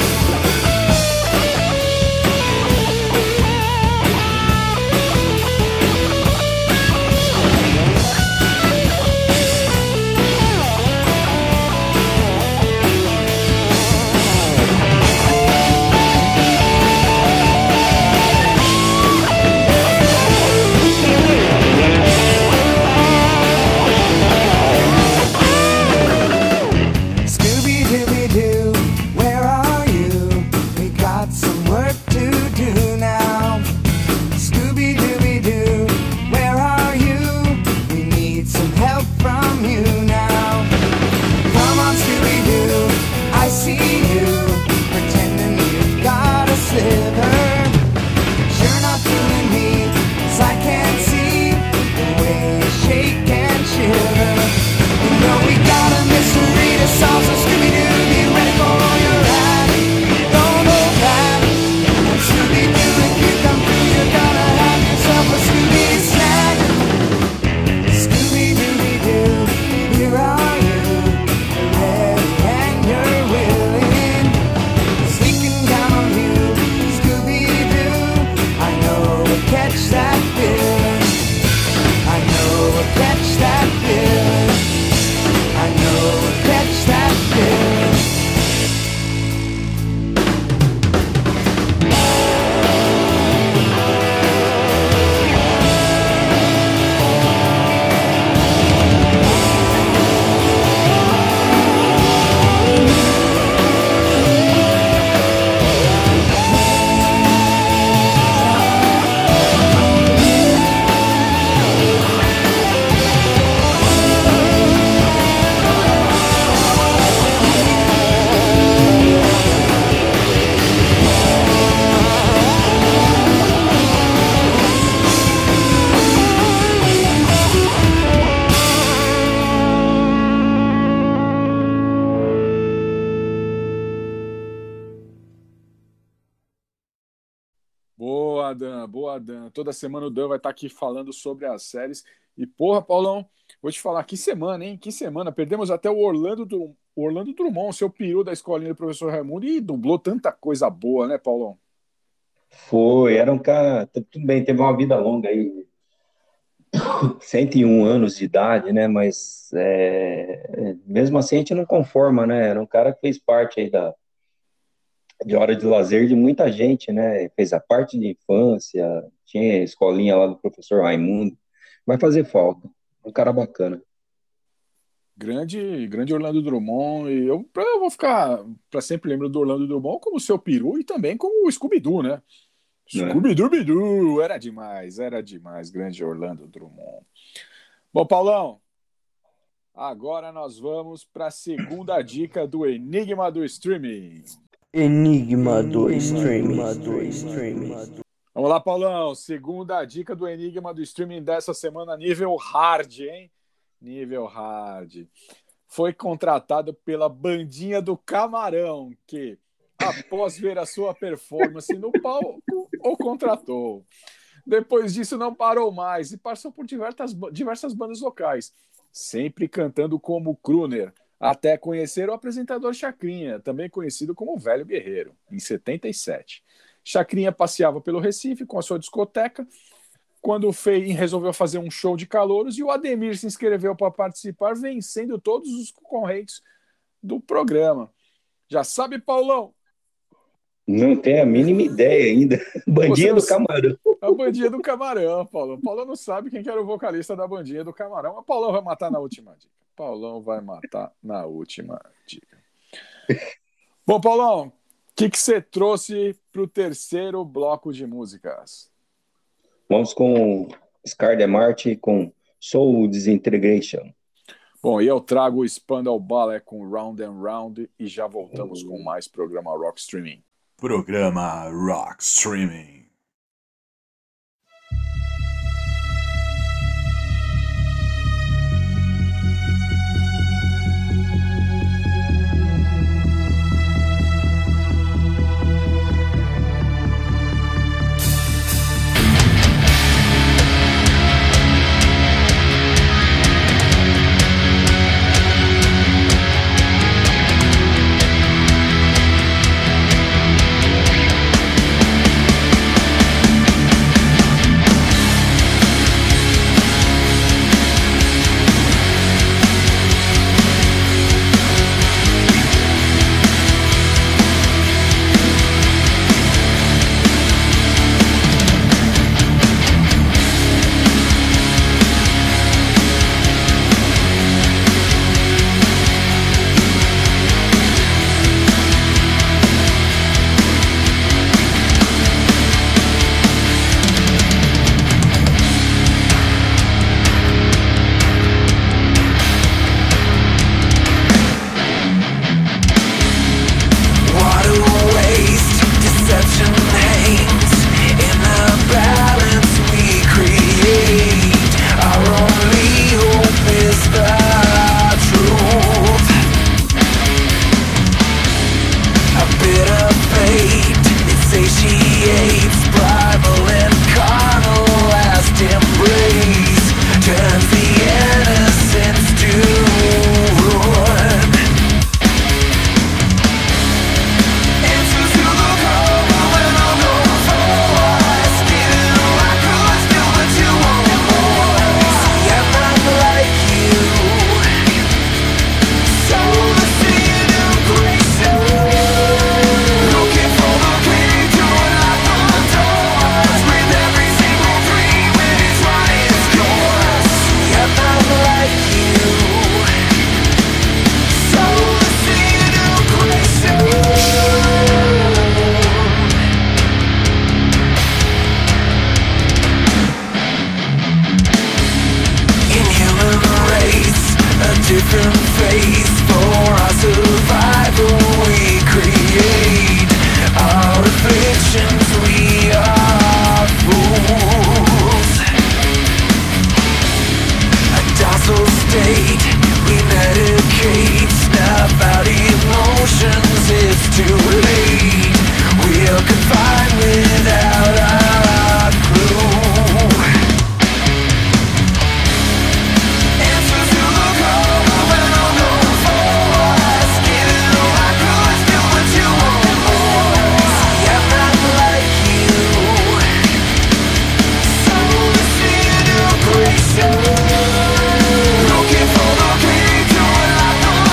[SPEAKER 6] Scooby-Dooby-Doo, where are you? We got some work to do now. Scooby-Dooby-Doo, where are you? We need some help from you now. Come on, Scooby-Doo, I see you, pretending you've got a sliver. But you're not fooling me, 'cause I can't see the way you shake and shiver. You know we got a mystery to solve, so Scooby-Doo, be ready for your hat. Don't hold back. And Scooby-Doo, if you come through, you're gonna have yourself a Scooby snack. Scooby-Dooby-Doo, here are you. You're ready and you're willing. 'Cause we can count on you, Scooby-Doo. I know we'll catch that feeling. I know we'll catch that feeling. I know we'll catch that feeling.
[SPEAKER 1] Boa, Dan, boa, Dan. Toda semana o Dan vai estar aqui falando sobre as séries. E, porra, Paulão, vou te falar, que semana, hein? Que semana. Perdemos até o Orlando Drummond, seu peru da escolinha do professor Raimundo, e dublou tanta coisa boa, né, Paulão?
[SPEAKER 2] Foi, era um cara, tudo bem, teve uma vida longa aí, 101 anos de idade, né? Mas mesmo assim a gente não conforma, né? Era um cara que fez parte aí de hora de lazer de muita gente, né? Fez a parte de infância, tinha a escolinha lá do professor Raimundo. Vai fazer falta. Um cara bacana.
[SPEAKER 1] Grande Orlando Drummond. E eu vou ficar para sempre lembrando do Orlando Drummond como seu peru e também como o Scooby-Doo, né? Scooby-Doo, era demais, grande Orlando Drummond. Bom, Paulão, agora nós vamos para a segunda dica do Enigma do Streaming.
[SPEAKER 10] Enigma do Streaming.
[SPEAKER 1] Vamos lá, Paulão, segunda dica do Enigma do Streaming dessa semana, nível hard, hein? Nível hard. foi contratado pela Bandinha do Camarão, que, após ver a sua performance no palco, o contratou. Depois disso, não parou mais e passou por diversas bandas locais, sempre cantando como crooner, até conhecer o apresentador Chacrinha, também conhecido como Velho Guerreiro, em 77. Chacrinha passeava pelo Recife com a sua discoteca, quando resolveu fazer um show de calouros, e o Ademir se inscreveu para participar, vencendo todos os concorrentes do programa. Já sabe, Paulão?
[SPEAKER 2] Não tem a mínima ideia ainda. Bandinha do Camarão.
[SPEAKER 1] A Bandinha do Camarão, Paulão. Paulão não sabe quem que era o vocalista da Bandinha do Camarão, mas Paulão vai matar na última dica. Paulão vai matar na última dica. Bom, Paulão, o que você trouxe para o terceiro bloco de músicas?
[SPEAKER 2] Vamos com Scar de Marte com Soul Disintegration.
[SPEAKER 1] Bom, e eu trago o Spandau Ballet com Round and Round e já voltamos com mais programa Rock Streaming.
[SPEAKER 3] Programa Rock Streaming.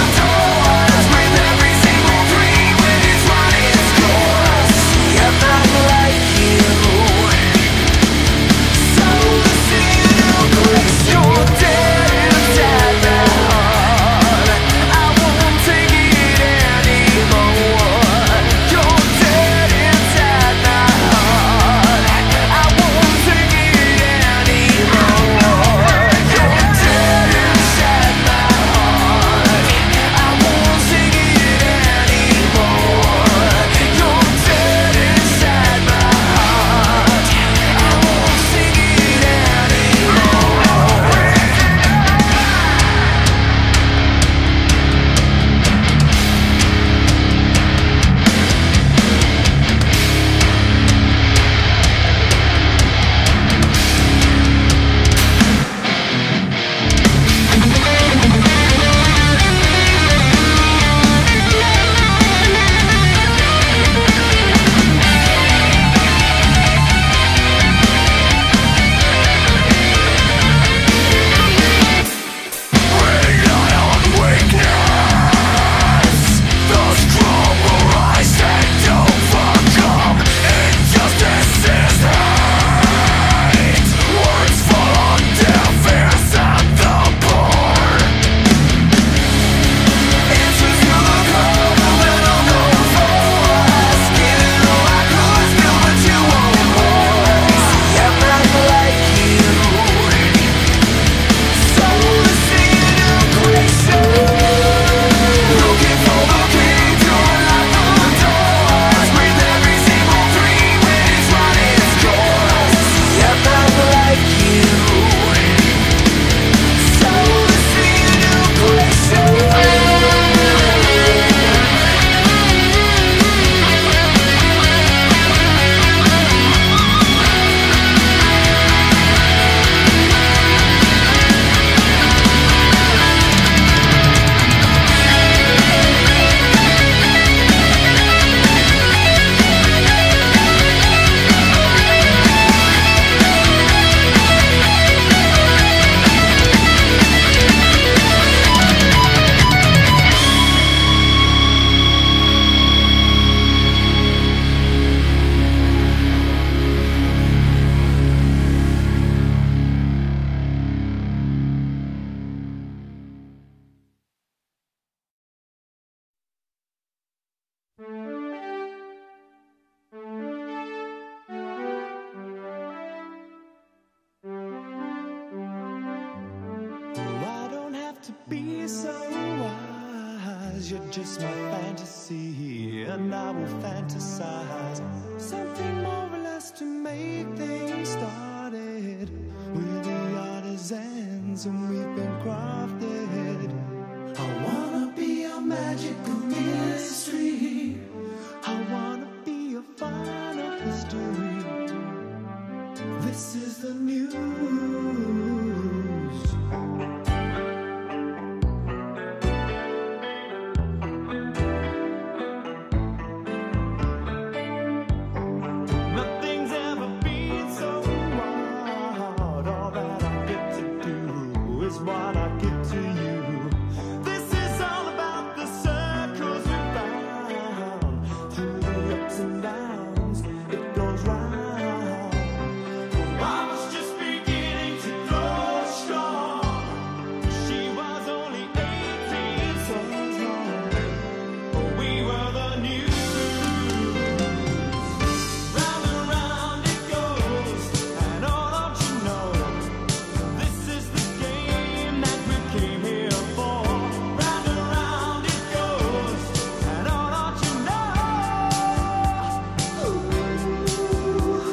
[SPEAKER 12] I'm not be so wise. You're just my fantasy, and I will fantasize something more or less to make things started. We're the artisans, and we've been crafted. I wanna be a magical mystery. I wanna be a final history. This is the news. Nothing's ever been so wild. All that I get to do is what I give to you. This is all about the circles we found. Through the ups and downs, it goes round. I was just beginning to grow strong. She was only 18, so long. We were the news. Round and round it goes, and oh, don't you know, this is the game that we came here for. Round and round it goes, and oh, don't you know. Ooh.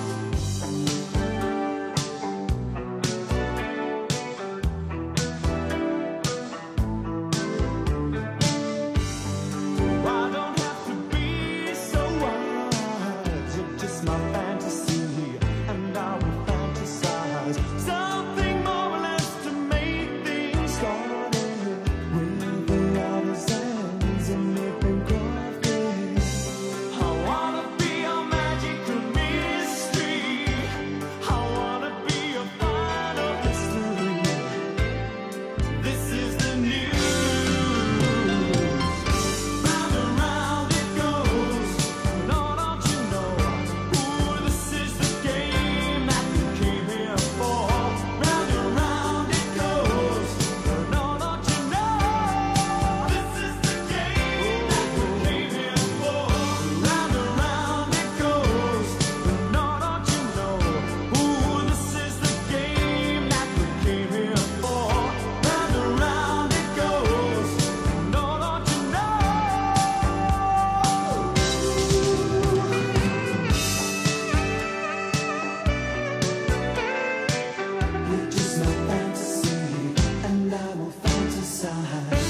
[SPEAKER 12] I don't have to be so wise. You're just my fantasy, and I will fantasize something more or less to make things started. We're the artisans, and they've been crafted. I wanna be a magical mystery. I wanna be a final history. This is the news. Round and round it goes, and oh, don't you know, ooh, this is the game that we came here for. Round and round it goes, and oh, don't you know, this is the game that we came here for. Round and round it goes, and oh, don't you know, ooh, this is the game that we came here for. Round and round it goes, and oh, don't you know. You're just my fantasy, and I will fantasize.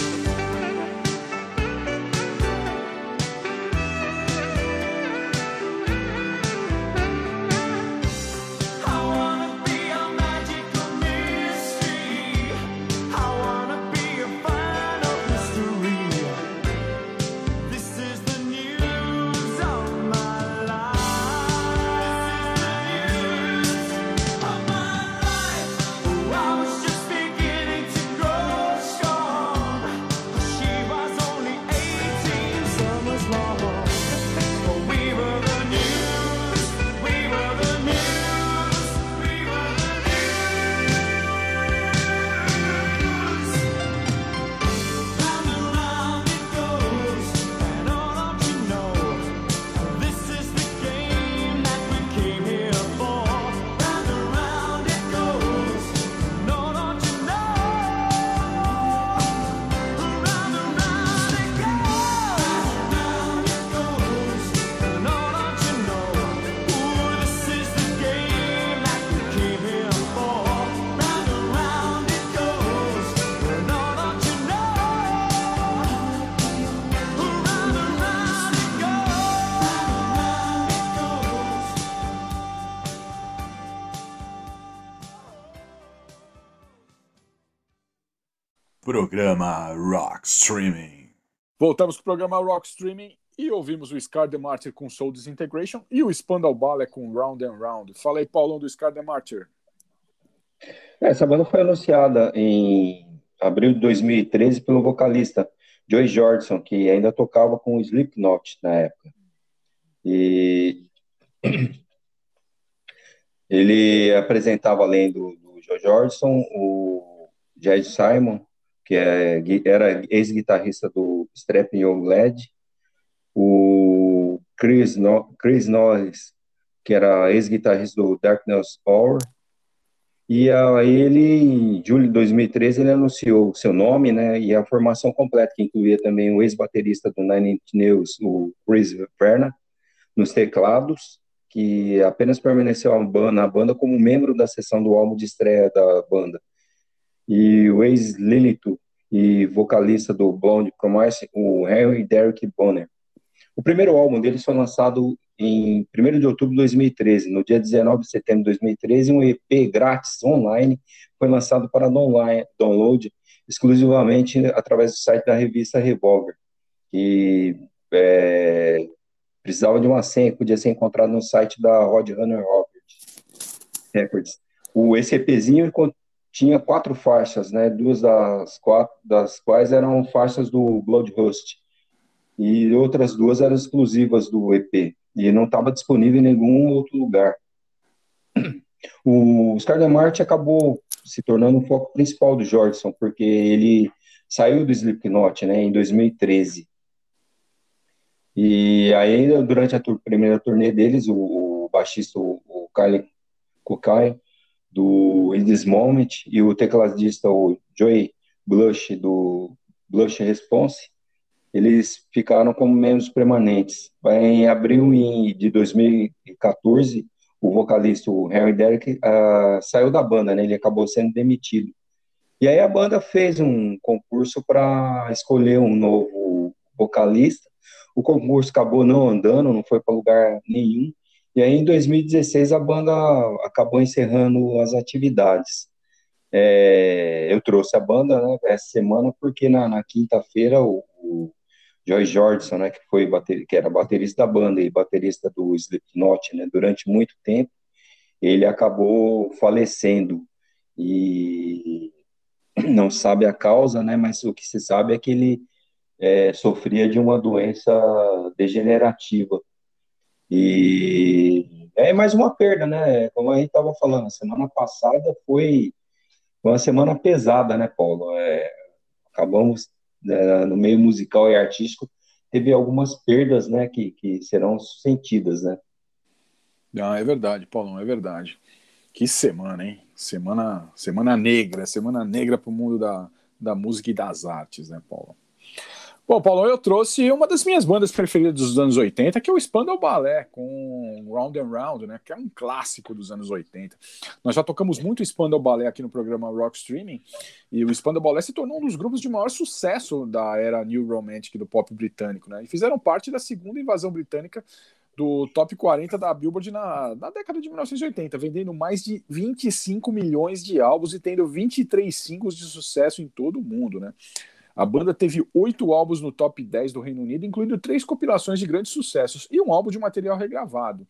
[SPEAKER 12] I wanna be a magical mystery. I wanna be a final history. This is the news of my life. This is the news of my life. Oh, I was just beginning to grow strong. She was only 18 summers long. Oh, we were the news. We were the news. We were the news. Round and round it goes, and oh, don't you know, this is the game that we came here for. Round and round it goes, and oh, don't you know, round and round it goes, and oh, don't you know, ooh, this is the game that we came here for. Round and round it goes, and oh, don't you know, round and round it goes.
[SPEAKER 3] Programa Rock Streaming.
[SPEAKER 1] Voltamos para o programa Rock Streaming e ouvimos o Scar the Martyr com Soul Disintegration e o Spandau Ballet com Round and Round. Fala aí, Paulão, do Scar the Martyr.
[SPEAKER 2] Essa banda foi anunciada em abril de 2013 pelo vocalista Joey Jordison, que ainda tocava com o Slipknot na época. E ele apresentava, além do Joey Jordison, o Jed Simon, que era ex-guitarrista do Strapping Young Lad, o Chris Norris, que era ex-guitarrista do Darkness Hour, E aí ele, em julho de 2013, ele anunciou o seu nome, né, e a formação completa, que incluía também o ex-baterista do Nine Inch Nails, o Chris Verna, nos teclados, que apenas permaneceu na banda como membro da sessão do álbum de estreia da banda. E o ex-Lilith e vocalista do Blonde Promise, o Henry Derek Bonner. O primeiro álbum deles foi lançado em 1º de outubro de 2013. No dia 19 de setembro de 2013, um EP grátis online foi lançado para download exclusivamente através do site da revista Revolver, que precisava de uma senha que podia ser encontrada no site da Roadrunner Records. Esse EPzinho tinha 4 faixas, né? 2 das quais eram faixas do Bloodrust, e outras 2 eram exclusivas do EP, e não estava disponível em nenhum outro lugar. O Oscar DeMartini acabou se tornando o foco principal do Jordison, porque ele saiu do Slipknot, né, em 2013. E aí, durante a primeira turnê deles, o baixista, o Kyle Kukai, do In This Moment, e o tecladista, o Joey Blush, do Blush Response, eles ficaram como membros permanentes. Em abril de 2014, o vocalista, o Harry Derek, saiu da banda, né? Ele acabou sendo demitido. E aí a banda fez um concurso para escolher um novo vocalista. O concurso acabou não andando, não foi para lugar nenhum. E aí, em 2016, a banda acabou encerrando as atividades. Eu trouxe a banda, né, essa semana porque na quinta-feira o Joy Jordison, né, que era baterista da banda e baterista do Slipknot, né, durante muito tempo, ele acabou falecendo. E não sabe a causa, né, mas o que se sabe é que ele sofria de uma doença degenerativa. E é mais uma perda, né? Como a gente estava falando, a semana passada foi uma semana pesada, né, Paulo? Acabamos, no meio musical e artístico, teve algumas perdas, né, que serão sentidas, né?
[SPEAKER 1] Não, é verdade, Paulão, é verdade. Que semana, hein? Semana negra para o mundo da música e das artes, né, Paulo? Bom, Paulo, eu trouxe uma das minhas bandas preferidas dos anos 80, que é o Spandau Ballet, com Round and Round, né, que é um clássico dos anos 80. Nós já tocamos muito Spandau Ballet aqui no programa Rock Streaming, e o Spandau Ballet se tornou um dos grupos de maior sucesso da era New Romantic do pop britânico, né, e fizeram parte da segunda invasão britânica do Top 40 da Billboard na década de 1980, vendendo mais de 25 milhões de álbuns e tendo 23 singles de sucesso em todo o mundo, né. A banda teve 8 álbuns no top 10 do Reino Unido, incluindo 3 compilações de grandes sucessos e um álbum de material regravado.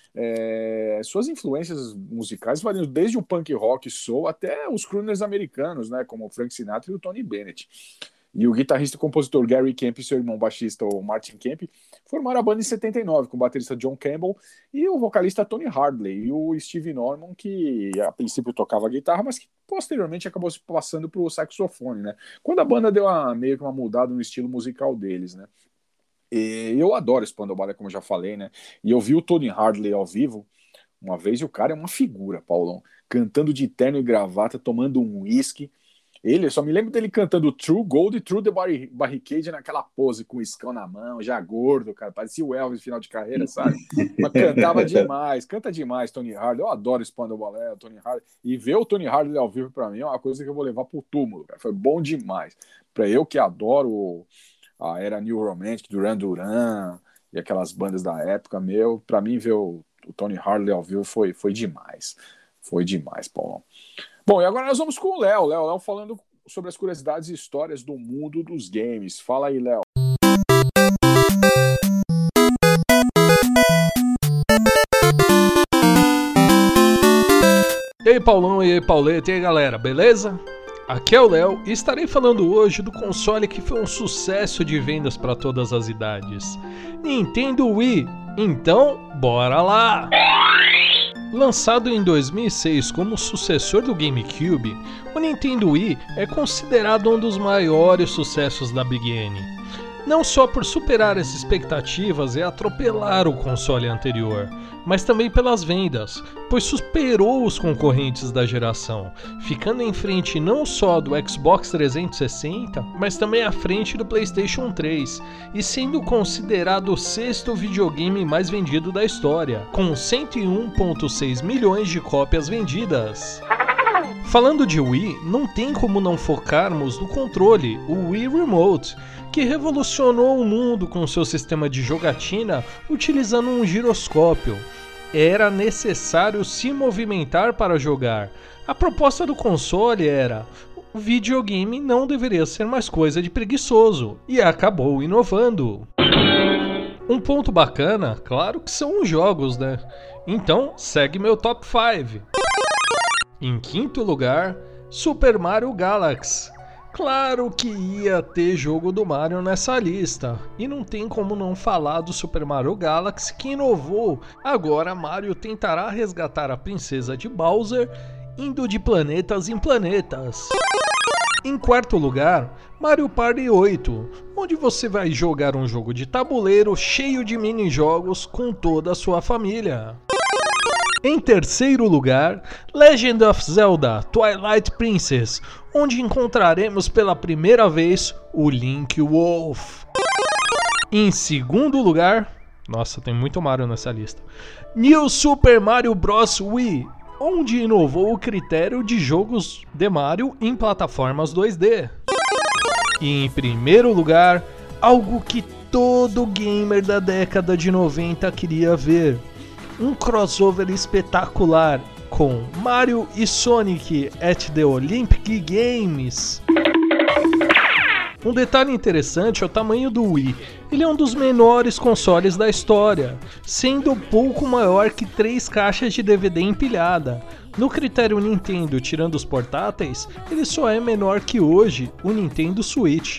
[SPEAKER 1] Suas influências musicais variam desde o punk rock soul até os crooners americanos, né, como o Frank Sinatra e o Tony Bennett. E o guitarrista e compositor Gary Kemp e seu irmão baixista, o Martin Kemp, formaram a banda em 79, com o baterista John Campbell e o vocalista Tony Hardley, e o Steve Norman, que a princípio tocava guitarra, mas que posteriormente acabou se passando para o saxofone, né? Quando a banda deu meio que uma mudada no estilo musical deles, né? E eu adoro Spandau Ballet, como eu já falei, né? E eu vi o Tony Hardley ao vivo uma vez, e o cara é uma figura, Paulão, cantando de terno e gravata, tomando um whisky. Eu só me lembro dele cantando True Gold e True the Barricade naquela pose com o iscão na mão, já gordo, cara, parecia o Elvis final de carreira, sabe? Mas cantava demais, canta demais Tony Hardley. Eu adoro Spandau Ballet, o Tony Hardley, e ver o Tony Hardley ao vivo pra mim é uma coisa que eu vou levar pro túmulo, cara. Foi bom demais. Pra eu que adoro a era New Romantic, Duran Duran e aquelas bandas da época, pra mim ver o Tony Hardley ao vivo foi demais. Foi demais, Paulão. Bom, e agora nós vamos com o Léo falando sobre as curiosidades e histórias do mundo dos games. Fala aí, Léo.
[SPEAKER 13] E aí, Paulão, e aí, Pauleta, e aí, galera, beleza? Aqui é o Léo e estarei falando hoje do console que foi um sucesso de vendas para todas as idades, Nintendo Wii. Então, bora lá! Lançado em 2006 como sucessor do GameCube, o Nintendo Wii é considerado um dos maiores sucessos da Big N. não só por superar as expectativas e atropelar o console anterior, mas também pelas vendas, pois superou os concorrentes da geração, ficando em frente não só do Xbox 360, mas também à frente do PlayStation 3, e sendo considerado o 6º videogame mais vendido da história, com 101,6 milhões de cópias vendidas. Falando de Wii, não tem como não focarmos no controle, o Wii Remote, que revolucionou o mundo com seu sistema de jogatina utilizando um giroscópio. Era necessário se movimentar para jogar. A proposta do console era: o videogame não deveria ser mais coisa de preguiçoso, e acabou inovando. Um ponto bacana, claro que são os jogos, né? Então, segue meu top 5. Em quinto lugar, Super Mario Galaxy. Claro que ia ter jogo do Mario nessa lista, e não tem como não falar do Super Mario Galaxy que inovou. Agora Mario tentará resgatar a princesa de Bowser, indo de planetas em planetas. Em quarto lugar, Mario Party 8, onde você vai jogar um jogo de tabuleiro cheio de mini-jogos com toda a sua família. Em terceiro lugar, Legend of Zelda Twilight Princess, onde encontraremos pela primeira vez o Link Wolf. Em segundo lugar, nossa, tem muito Mario nessa lista, New Super Mario Bros. Wii, onde inovou o critério de jogos de Mario em plataformas 2D. E em primeiro lugar, algo que todo gamer da década de 90 queria ver: um crossover espetacular com Mario e Sonic at the Olympic Games. Um detalhe interessante é o tamanho do Wii. Ele é um dos menores consoles da história, sendo pouco maior que 3 caixas de DVD empilhada. No critério Nintendo, tirando os portáteis, ele só é menor que hoje o Nintendo Switch.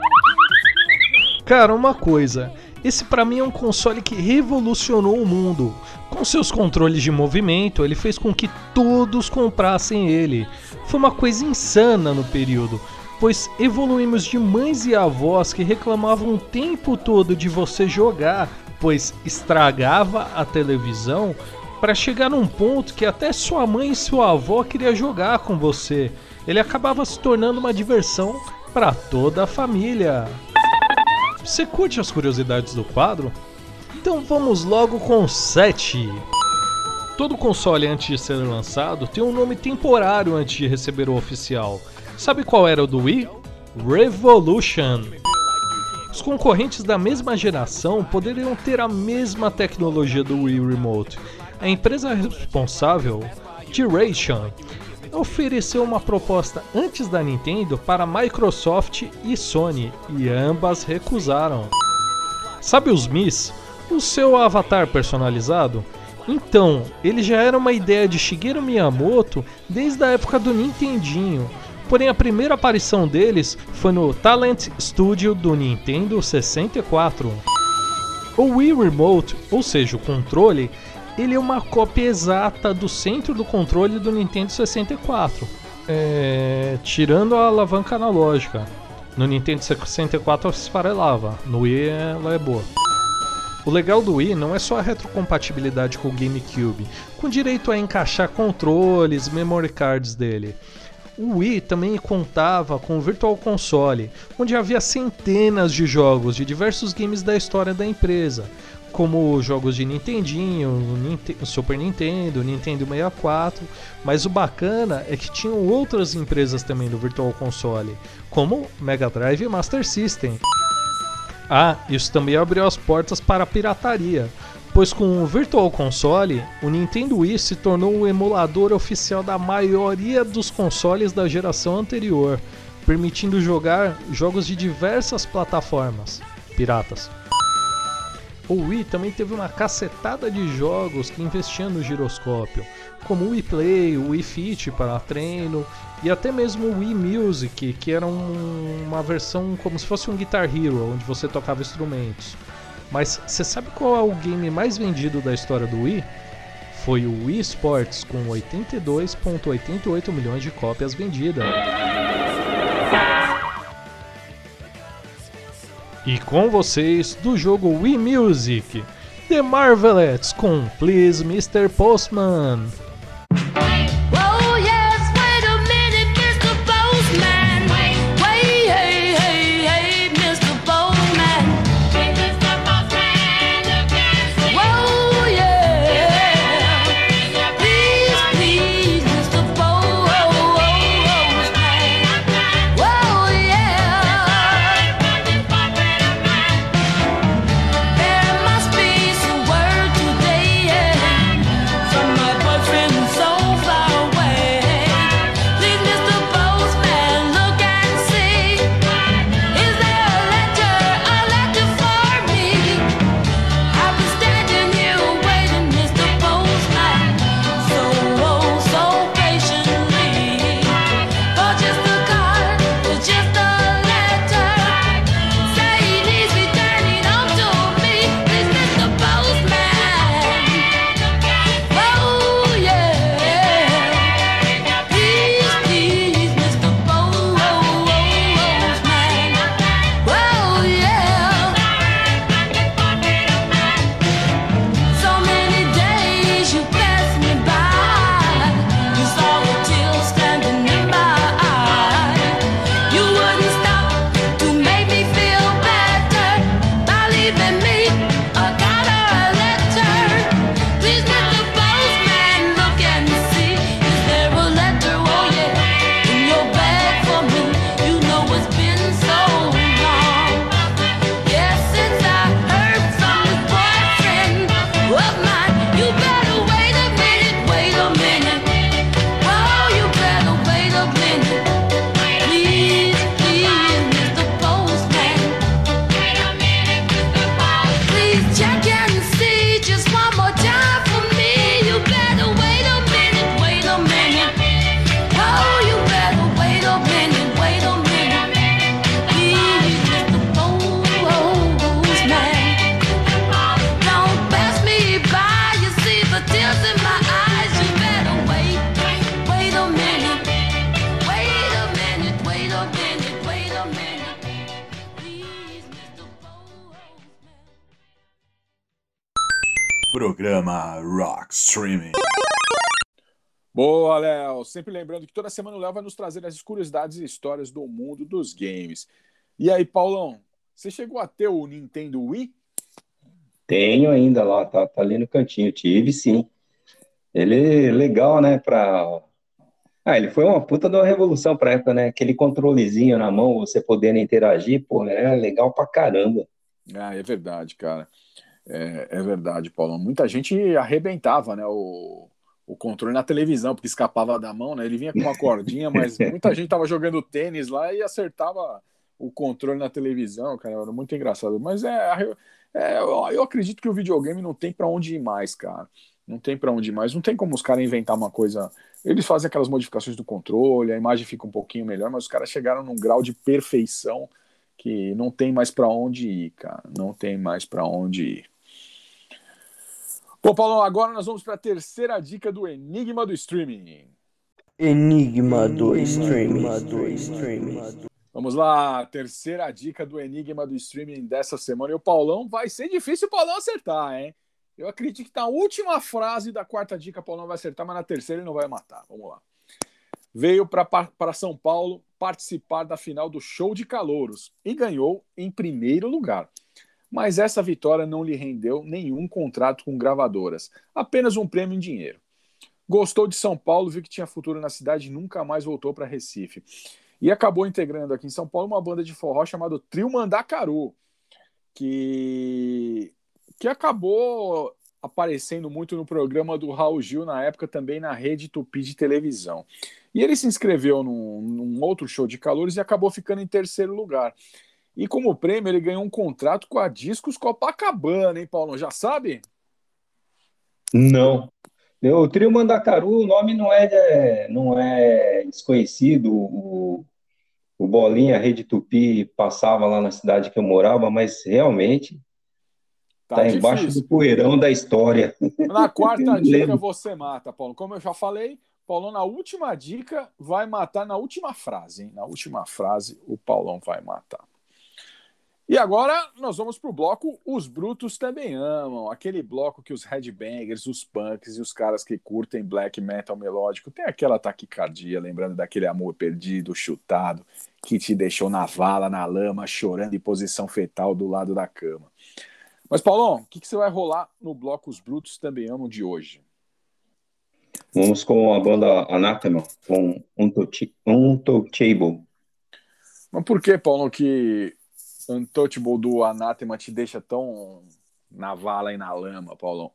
[SPEAKER 13] Cara, uma coisa, esse pra mim é um console que revolucionou o mundo. Com seus controles de movimento, ele fez com que todos comprassem ele. Foi uma coisa insana no período, pois evoluímos de mães e avós que reclamavam o tempo todo de você jogar, pois estragava a televisão, para chegar num ponto que até sua mãe e sua avó queriam jogar com você. Ele acabava se tornando uma diversão para toda a família. Você curte as curiosidades do quadro? Então vamos logo com 7. Todo console antes de ser lançado tem um nome temporário antes de receber o oficial. Sabe qual era o do Wii? Revolution. Os concorrentes da mesma geração poderiam ter a mesma tecnologia do Wii Remote. A empresa responsável, Duration, ofereceu uma proposta antes da Nintendo para Microsoft e Sony, e ambas recusaram. Sabe os Mis? O seu avatar personalizado? Então, ele já era uma ideia de Shigeru Miyamoto desde a época do Nintendinho, porém a primeira aparição deles foi no Talent Studio do Nintendo 64. O Wii Remote, ou seja, o controle, ele é uma cópia exata do centro do controle do Nintendo 64, tirando a alavanca analógica. No Nintendo 64 ela se esfarelava, no Wii ela é boa. O legal do Wii não é só a retrocompatibilidade com o GameCube, com direito a encaixar controles e memory cards dele. O Wii também contava com o Virtual Console, onde havia centenas de jogos de diversos games da história da empresa, como jogos de Nintendinho, Super Nintendo, Nintendo 64, mas o bacana é que tinham outras empresas também do Virtual Console, como Mega Drive e Master System. Isso também abriu as portas para a pirataria, pois com o Virtual Console, o Nintendo Wii se tornou o emulador oficial da maioria dos consoles da geração anterior, permitindo jogar jogos de diversas plataformas piratas. O Wii também teve uma cacetada de jogos que investiam no giroscópio, como o Wii Play, o Wii Fit para treino e até mesmo o Wii Music, que era uma versão como se fosse um Guitar Hero, onde você tocava instrumentos. Mas você sabe qual é o game mais vendido da história do Wii? Foi o Wii Sports, com 82,88 milhões de cópias vendidas. E com vocês, do jogo Wii Music, The Marvelettes com Please Mr. Postman.
[SPEAKER 12] Oh yes, wait a minute, Mr. Postman. Wait, hey, hey, hey, Mr. Postman. Mr. Postman, look and see. Whoa, yeah. Please, please, Mr. Postman. Whoa, yeah. There must be some word today, yeah, from my boyfriend so far away. Please, Mr. Postman, look and see. Is there a letter for me? I've been standing here waiting, Mr. Postman, so, oh, so patiently. For just a card, for just a letter. Say he needs returning home to me. Please, Mr. Postman. Oh yeah. Please, please, Mr. Postman. Oh yeah. So many days you passed me by. You saw the tears standing in my eye. You wouldn't stop to make me feel better by leaving me a card or a letter. Please, Mr. Postman, look and see. Is there a letter? Oh yeah, in your bag for me. You know it's been so long. Yes, since I heard from this boyfriend of mine. You better wait a minute, wait a minute. Oh, you better wait a minute. Please, please, Mr. Postman. Wait a minute, Mr. Postman. Please check and see just one more time for me. You better wait a minute, wait a minute. Oh, you better wait a minute, wait a minute. Please, Mr. Postman. Don't pass me by, you see the tears in my eyes. You better wait, wait a minute. Wait a minute, wait a minute, wait a minute. Please, Mr. Postman.
[SPEAKER 3] Programa Rock Streaming.
[SPEAKER 1] Boa, Léo. Sempre lembrando que toda semana o Léo vai nos trazer as curiosidades e histórias do mundo dos games. E aí, Paulão, você chegou a ter o Nintendo Wii?
[SPEAKER 2] Tenho ainda lá, tá ali no cantinho. Tive, sim. Ele é legal, né? Ele foi uma puta de uma revolução pra época, né? Aquele controlezinho na mão, você podendo interagir, pô, é legal pra caramba.
[SPEAKER 1] Ah, é verdade, cara. É verdade, Paulão. Muita gente arrebentava, né, o controle na televisão, porque escapava da mão, né? Ele vinha com uma cordinha, mas muita gente tava jogando tênis lá e acertava o controle na televisão, cara. Era muito engraçado. Mas eu acredito que o videogame não tem pra onde ir mais, cara. Não tem pra onde ir mais. Não tem como os caras inventar uma coisa. Eles fazem aquelas modificações do controle, a imagem fica um pouquinho melhor, mas os caras chegaram num grau de perfeição que não tem mais pra onde ir, cara. Não tem mais pra onde ir. Bom, Paulão, agora nós vamos para a terceira dica do Enigma do Streaming.
[SPEAKER 10] Enigma do Streaming.
[SPEAKER 1] Vamos lá, terceira dica do Enigma do Streaming dessa semana. E o Paulão, vai ser difícil o Paulão acertar, hein? Eu acredito que na última frase da quarta dica o Paulão vai acertar, mas na terceira ele não vai matar. Vamos lá. Veio para São Paulo participar da final do Show de Calouros e ganhou em primeiro lugar. Mas essa vitória não lhe rendeu nenhum contrato com gravadoras, apenas um prêmio em dinheiro. Gostou de São Paulo, viu que tinha futuro na cidade e nunca mais voltou para Recife. E acabou integrando aqui em São Paulo uma banda de forró chamada Trio Mandacaru, que acabou aparecendo muito no programa do Raul Gil, na época também na Rede Tupi de televisão. E ele se inscreveu num outro show de calouros e acabou ficando em terceiro lugar. E como prêmio, ele ganhou um contrato com a Discos Copacabana, hein, Paulo? Já sabe?
[SPEAKER 2] Não. O Trio Mandacaru, o nome não é desconhecido. O Bolinha, a Rede Tupi, passava lá na cidade que eu morava, mas realmente tá embaixo do poeirão da história.
[SPEAKER 1] Na quarta dica você mata, Paulo. Como eu já falei, Paulão, na última dica, vai matar na última frase, hein? Na última frase, o Paulão vai matar. E agora nós vamos pro bloco Os Brutos Também Amam, aquele bloco que os headbangers, os punks e os caras que curtem black metal melódico tem aquela taquicardia, lembrando daquele amor perdido, chutado, que te deixou na vala, na lama, chorando em posição fetal do lado da cama. Mas, Paulão, o que você vai rolar no bloco Os Brutos Também Amam de hoje?
[SPEAKER 2] Vamos com a banda Anathema, com Untouchable.
[SPEAKER 1] Mas por que, Paulão, que Untouchable do Anathema te deixa tão na vala e na lama, Paulão?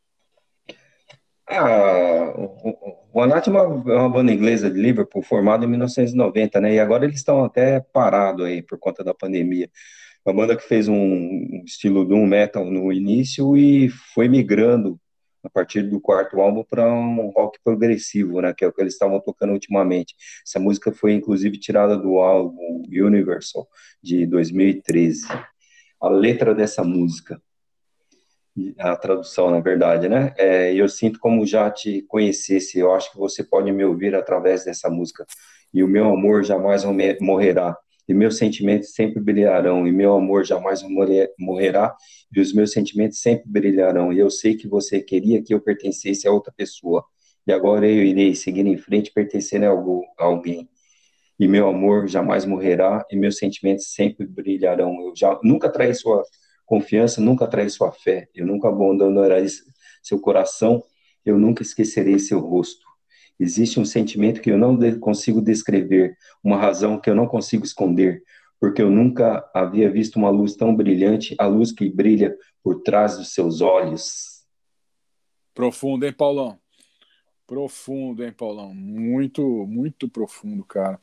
[SPEAKER 2] O Anathema é uma banda inglesa de Liverpool, formada em 1990, né? E agora eles estão até parados aí por conta da pandemia. Uma banda que fez um estilo doom metal no início e foi migrando a partir do quarto álbum para um rock progressivo, né? Que é o que eles estavam tocando ultimamente. Essa música foi inclusive tirada do álbum Universal de 2013. A letra dessa música, a tradução, na verdade, né? Eu sinto como já te conhecesse, eu acho que você pode me ouvir através dessa música. E o meu amor jamais morrerá, e meus sentimentos sempre brilharão, e meu amor jamais morrerá, e os meus sentimentos sempre brilharão. E eu sei que você queria que eu pertencesse a outra pessoa, e agora eu irei seguir em frente pertencendo a alguém. E meu amor jamais morrerá, e meus sentimentos sempre brilharão. Eu nunca traí sua confiança, nunca traí sua fé, eu nunca abandonarei seu coração, eu nunca esquecerei seu rosto. Existe um sentimento que eu não consigo descrever, uma razão que eu não consigo esconder, porque eu nunca havia visto uma luz tão brilhante, a luz que brilha por trás dos seus olhos.
[SPEAKER 1] Profundo, hein, Paulão? Profundo, hein, Paulão? Muito, muito profundo, cara.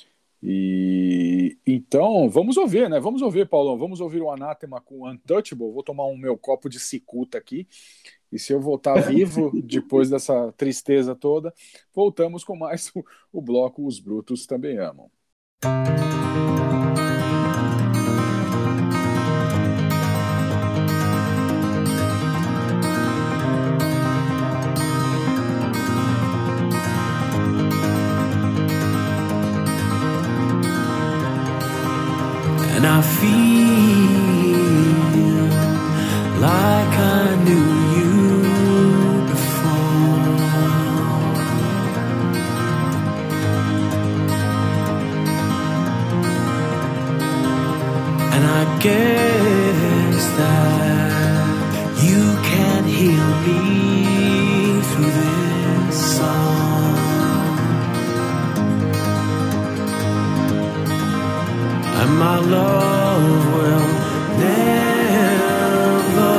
[SPEAKER 1] E então, vamos ouvir, né? Vamos ouvir, Paulão. Vamos ouvir o Anathema com Untouchable. Vou tomar um meu copo de cicuta aqui. E se eu voltar vivo depois dessa tristeza toda, voltamos com mais o bloco Os Brutos Também Amam.
[SPEAKER 12] And I feel like I knew you before. And I guess that you can't heal me through this song. And my love will never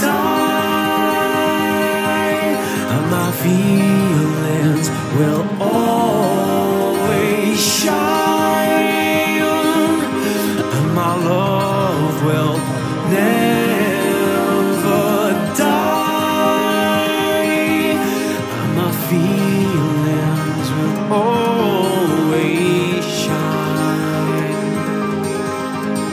[SPEAKER 12] die, and my feelings will always shine, and my love will never die, and my feelings will always shine.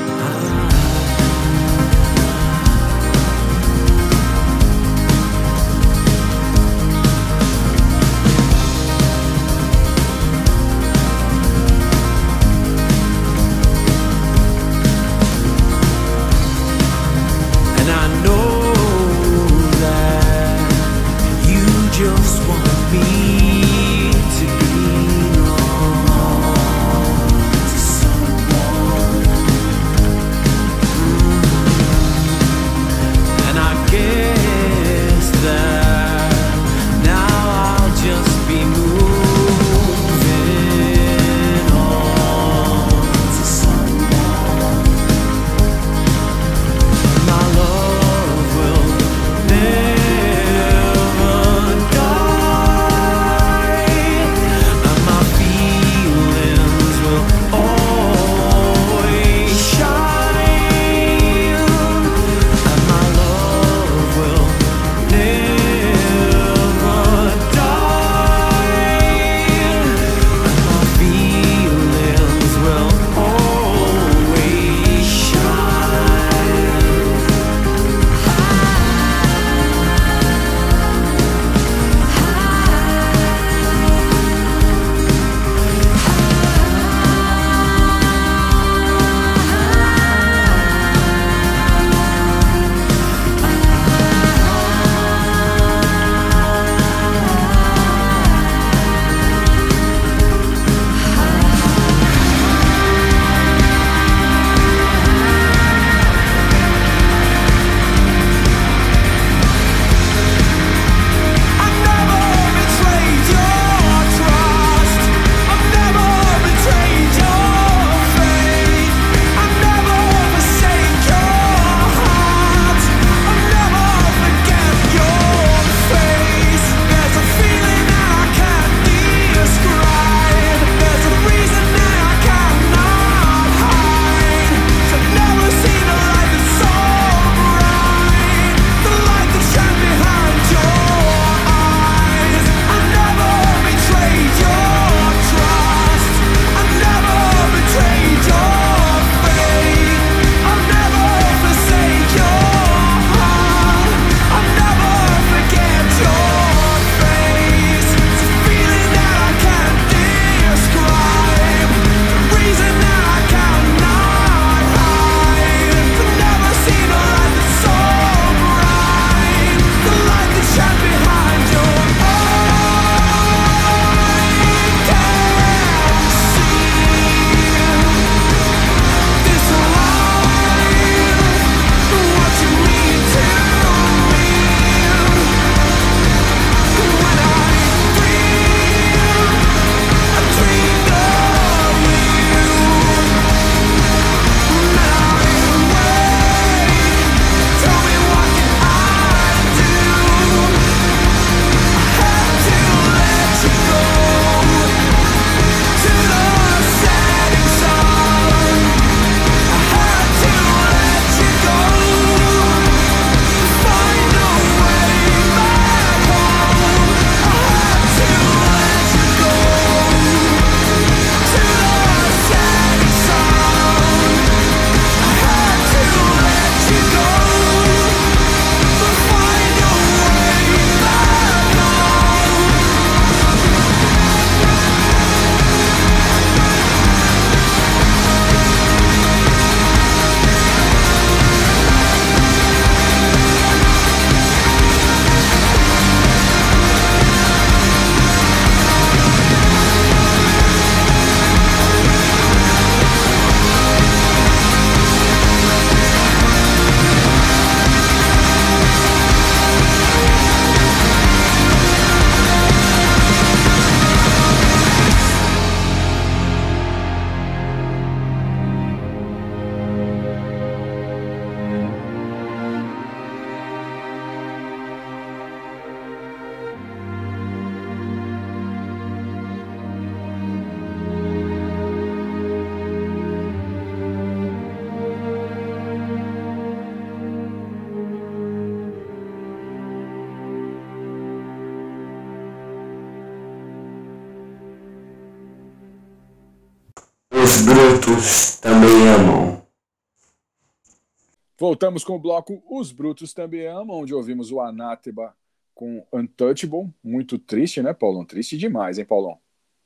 [SPEAKER 10] Os brutos também amam.
[SPEAKER 1] Voltamos com o bloco Os Brutos Também Amam, onde ouvimos o Anátema com Untouchable. Muito triste, né, Paulão? Triste demais, hein, Paulão?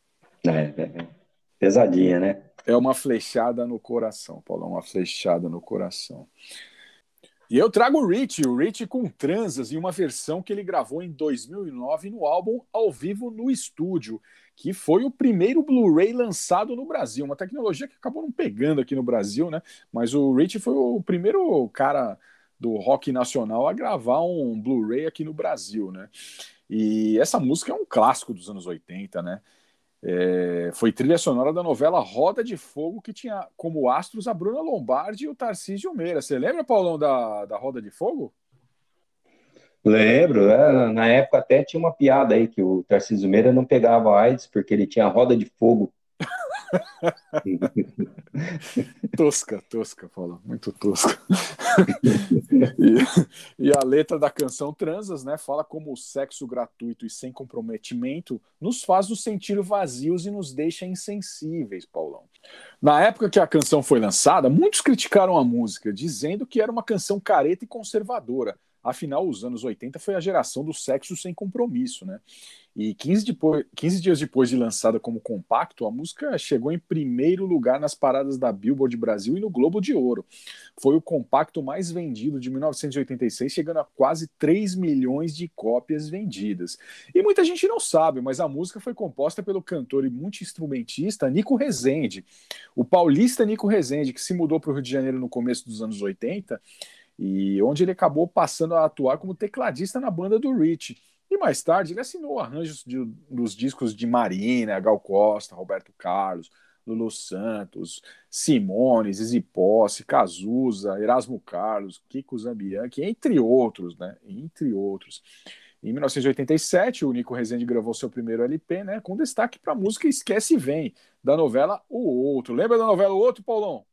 [SPEAKER 2] Pesadinha, né?
[SPEAKER 1] É uma flechada no coração, Paulão, uma flechada no coração. E eu trago o Rich com Transas, em uma versão que ele gravou em 2009 no álbum Ao Vivo no Estúdio, que foi o primeiro Blu-ray lançado no Brasil, uma tecnologia que acabou não pegando aqui no Brasil, né? Mas o Rich foi o primeiro cara do rock nacional a gravar um Blu-ray aqui no Brasil, né? E essa música é um clássico dos anos 80, né? Foi trilha sonora da novela Roda de Fogo, que tinha como astros a Bruna Lombardi e o Tarcísio Meira. Você lembra, Paulão, da Roda de Fogo?
[SPEAKER 2] Lembro, na época até tinha uma piada aí que o Tarcísio Meira não pegava AIDS porque ele tinha roda de fogo.
[SPEAKER 1] Tosca, Paulão, muito tosca. E a letra da canção Transas, né, fala como o sexo gratuito e sem comprometimento nos faz nos sentir vazios e nos deixa insensíveis, Paulão. Na época que a canção foi lançada, muitos criticaram a música, dizendo que era uma canção careta e conservadora. Afinal, os anos 80 foi a geração do sexo sem compromisso, né? E 15 dias depois de lançada como compacto, a música chegou em primeiro lugar nas paradas da Billboard Brasil e no Globo de Ouro. Foi o compacto mais vendido de 1986, chegando a quase 3 milhões de cópias vendidas. E muita gente não sabe, mas a música foi composta pelo cantor e multi-instrumentista Nico Rezende. O paulista Nico Rezende, que se mudou para o Rio de Janeiro no começo dos anos 80, e onde ele acabou passando a atuar como tecladista na banda do Rich. E mais tarde ele assinou arranjos dos discos de Marina, Gal Costa, Roberto Carlos, Lulu Santos, Simone, Zizi Posse, Cazuza, Erasmo Carlos, Kiko Zambianchi, entre outros, né? Entre outros. Em 1987, o Nico Rezende gravou seu primeiro LP, né? Com destaque para a música Esquece e Vem, da novela O Outro. Lembra da novela O Outro, Paulão?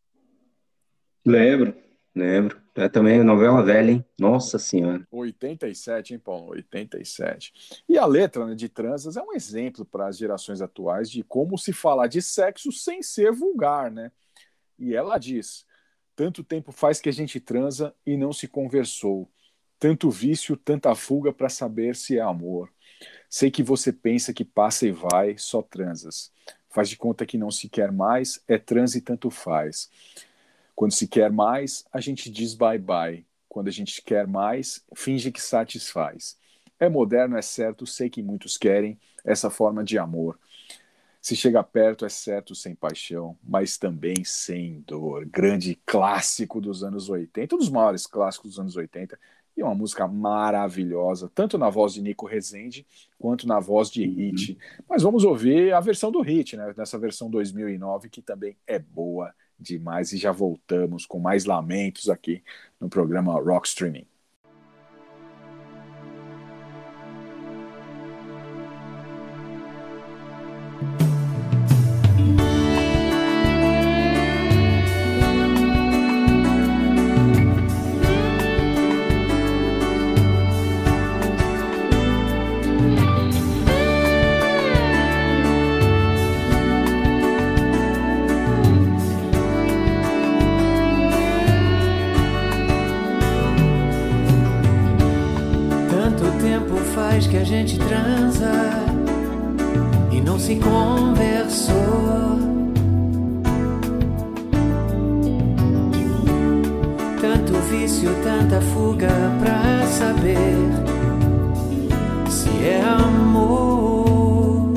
[SPEAKER 2] Lembro. É também novela velha, hein? Nossa Senhora.
[SPEAKER 1] 87, hein, Paulo? 87. E a letra, né, de Transas é um exemplo para as gerações atuais de como se falar de sexo sem ser vulgar, né? E ela diz: tanto tempo faz que a gente transa e não se conversou. Tanto vício, tanta fuga para saber se é amor. Sei que você pensa que passa e vai, só transas. Faz de conta que não se quer mais, é transa e tanto faz. Quando se quer mais, a gente diz bye-bye. Quando a gente quer mais, finge que satisfaz. É moderno, é certo, sei que muitos querem essa forma de amor. Se chega perto, é certo, sem paixão, mas também sem dor. Grande clássico dos anos 80, um dos maiores clássicos dos anos 80, e uma música maravilhosa, tanto na voz de Nico Rezende, quanto na voz de Hit. Mas vamos ouvir a versão do Hit, né? Nessa versão 2009, que também é boa demais, e já voltamos com mais lamentos aqui no programa Rock Streaming.
[SPEAKER 14] Que a gente transa e não se conversou. Tanto vício, tanta fuga pra saber se é amor.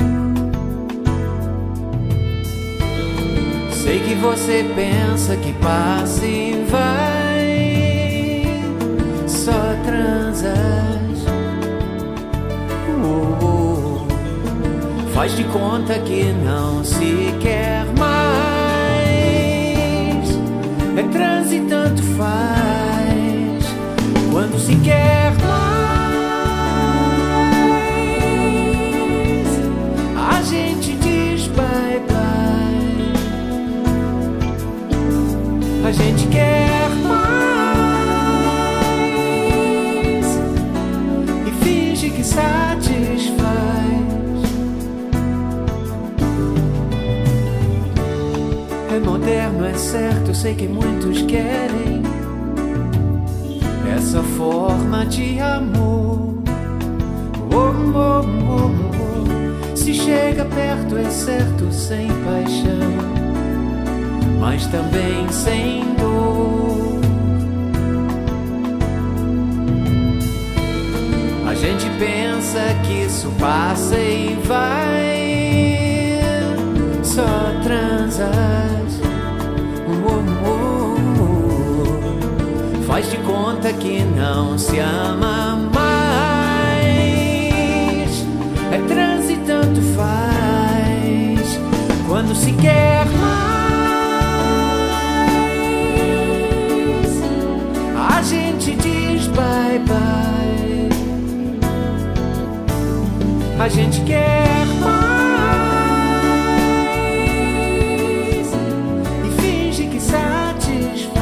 [SPEAKER 14] Sei que você pensa que passa e vai, só transas. Faz de conta que não se quer mais. É transe e tanto faz. Quando se quer mais, a gente diz bye bye. A gente quer mais e finge que satisfaz. inverno é certo, eu sei que muitos querem essa forma de amor. Oh, oh, oh, oh. Se chega perto é certo, sem paixão, mas também sem dor. A gente pensa que isso passa e vai, só transas. Oh, oh, oh. Faz de conta que não se ama mais. É trans e tanto faz quando se quer mais. A gente diz bye bye. A gente quer mais e finge que satisfaz.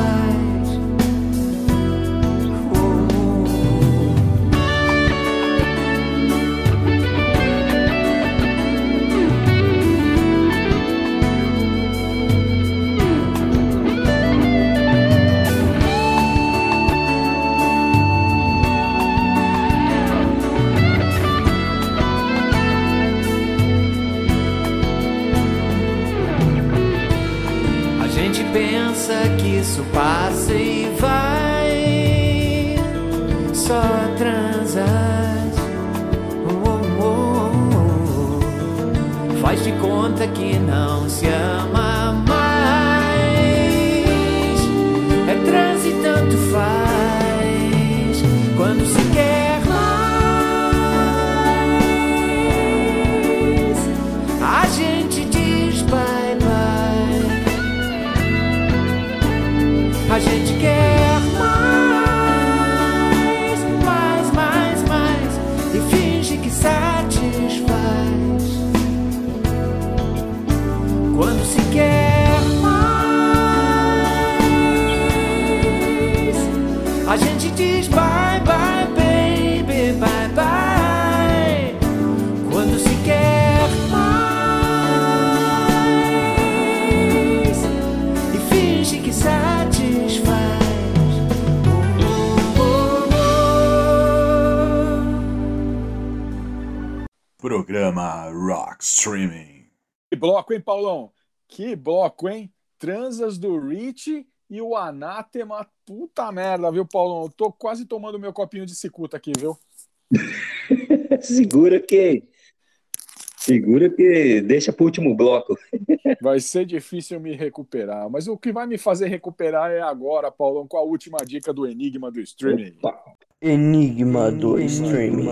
[SPEAKER 14] Pensa que isso passa e vai, só transas. Oh, oh, oh. Faz de conta que não se ama mais. É trans e tanto faz quando se quer mais. A gente diz bye bye. A gente quer mais, mais, mais, mais e finge que satisfaz. Quando se quer mais, a gente diz bye, bye, baby, bye, bye. Quando se quer mais e finge que satisfaz.
[SPEAKER 3] Programa Rock Streaming.
[SPEAKER 1] Que bloco, hein, Paulão? Que bloco, hein? Transas do Rich e o Anátema. Puta merda, viu, Paulão? Eu tô quase tomando meu copinho de cicuta aqui, viu?
[SPEAKER 2] Segura que deixa pro último bloco.
[SPEAKER 1] Vai ser difícil me recuperar, mas o que vai me fazer recuperar é agora, Paulão, com a última dica do Enigma do Streaming.
[SPEAKER 10] Opa. Enigma do Streaming.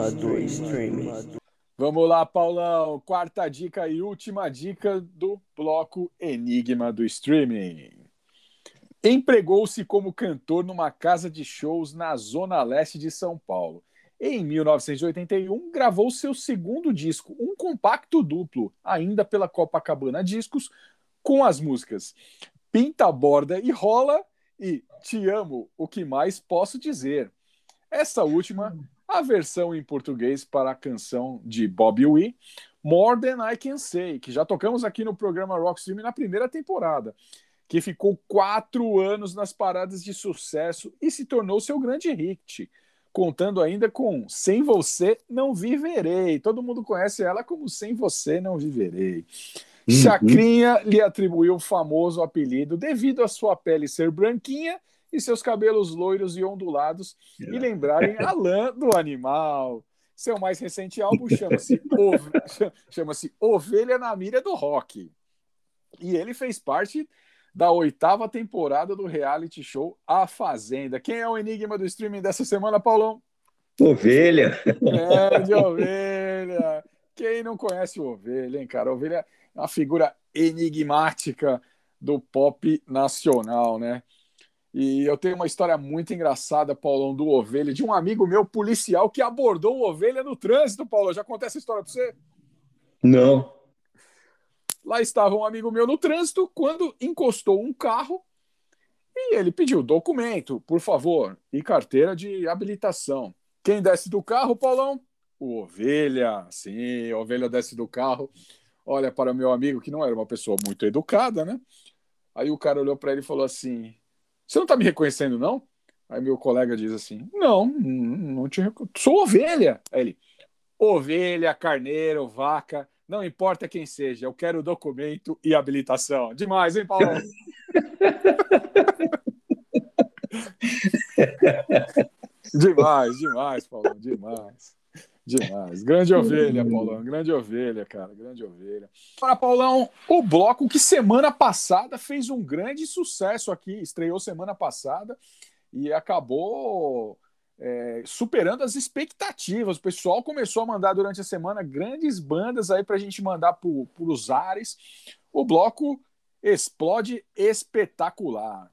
[SPEAKER 1] Vamos lá, Paulão. Quarta dica e última dica do bloco Enigma do Streaming. Empregou-se como cantor numa casa de shows na zona leste de São Paulo. Em 1981, gravou seu segundo disco, um compacto duplo, ainda pela Copacabana Discos, com as músicas Pinta, Borda e Rola e Te Amo, o que mais posso dizer. Essa última, a versão em português para a canção de Bobby Lee, More Than I Can Say, que já tocamos aqui no programa Rock Streaming na primeira temporada, que ficou 4 anos nas paradas de sucesso e se tornou seu grande hit, contando ainda com Sem Você Não Viverei. Todo mundo conhece ela como Sem Você Não Viverei. Chacrinha lhe atribuiu o famoso apelido devido à sua pele ser branquinha e seus cabelos loiros e ondulados e lembrarem a lã do animal. Seu mais recente álbum chama-se Ovelha na Mira do Rock. E ele fez parte da 8ª temporada do reality show A Fazenda. Quem é o enigma do streaming dessa semana, Paulão?
[SPEAKER 2] Ovelha.
[SPEAKER 1] De Ovelha. Quem não conhece o Ovelha, hein, cara? Ovelha é uma figura enigmática do pop nacional, né? E eu tenho uma história muito engraçada, Paulão, do Ovelha, de um amigo meu policial que abordou o Ovelha no trânsito, Paulo. Já contei essa história pra você?
[SPEAKER 2] Não.
[SPEAKER 1] Lá estava um amigo meu no trânsito quando encostou um carro e ele pediu documento, por favor, e carteira de habilitação. Quem desce do carro, Paulão? O Ovelha. Sim, o Ovelha desce do carro, olha para o meu amigo, que não era uma pessoa muito educada, né? Aí o cara olhou para ele e falou assim: você não tá me reconhecendo, não? Aí meu colega diz assim: não te reconheço. Sou ovelha. Aí ele: ovelha, carneiro, vaca, não importa quem seja, eu quero documento e habilitação. Demais, hein, Paulo? Demais, Paulão, demais. Grande ovelha, Paulão, grande ovelha, cara, grande ovelha. Agora, Paulão, o bloco que semana passada fez um grande sucesso aqui, estreou semana passada e acabou superando as expectativas. O pessoal começou a mandar durante a semana grandes bandas aí pra gente mandar pros ares. O bloco Explode Espetacular.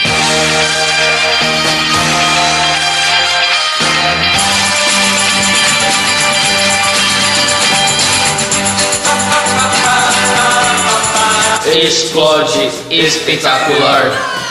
[SPEAKER 15] Explode Espetacular.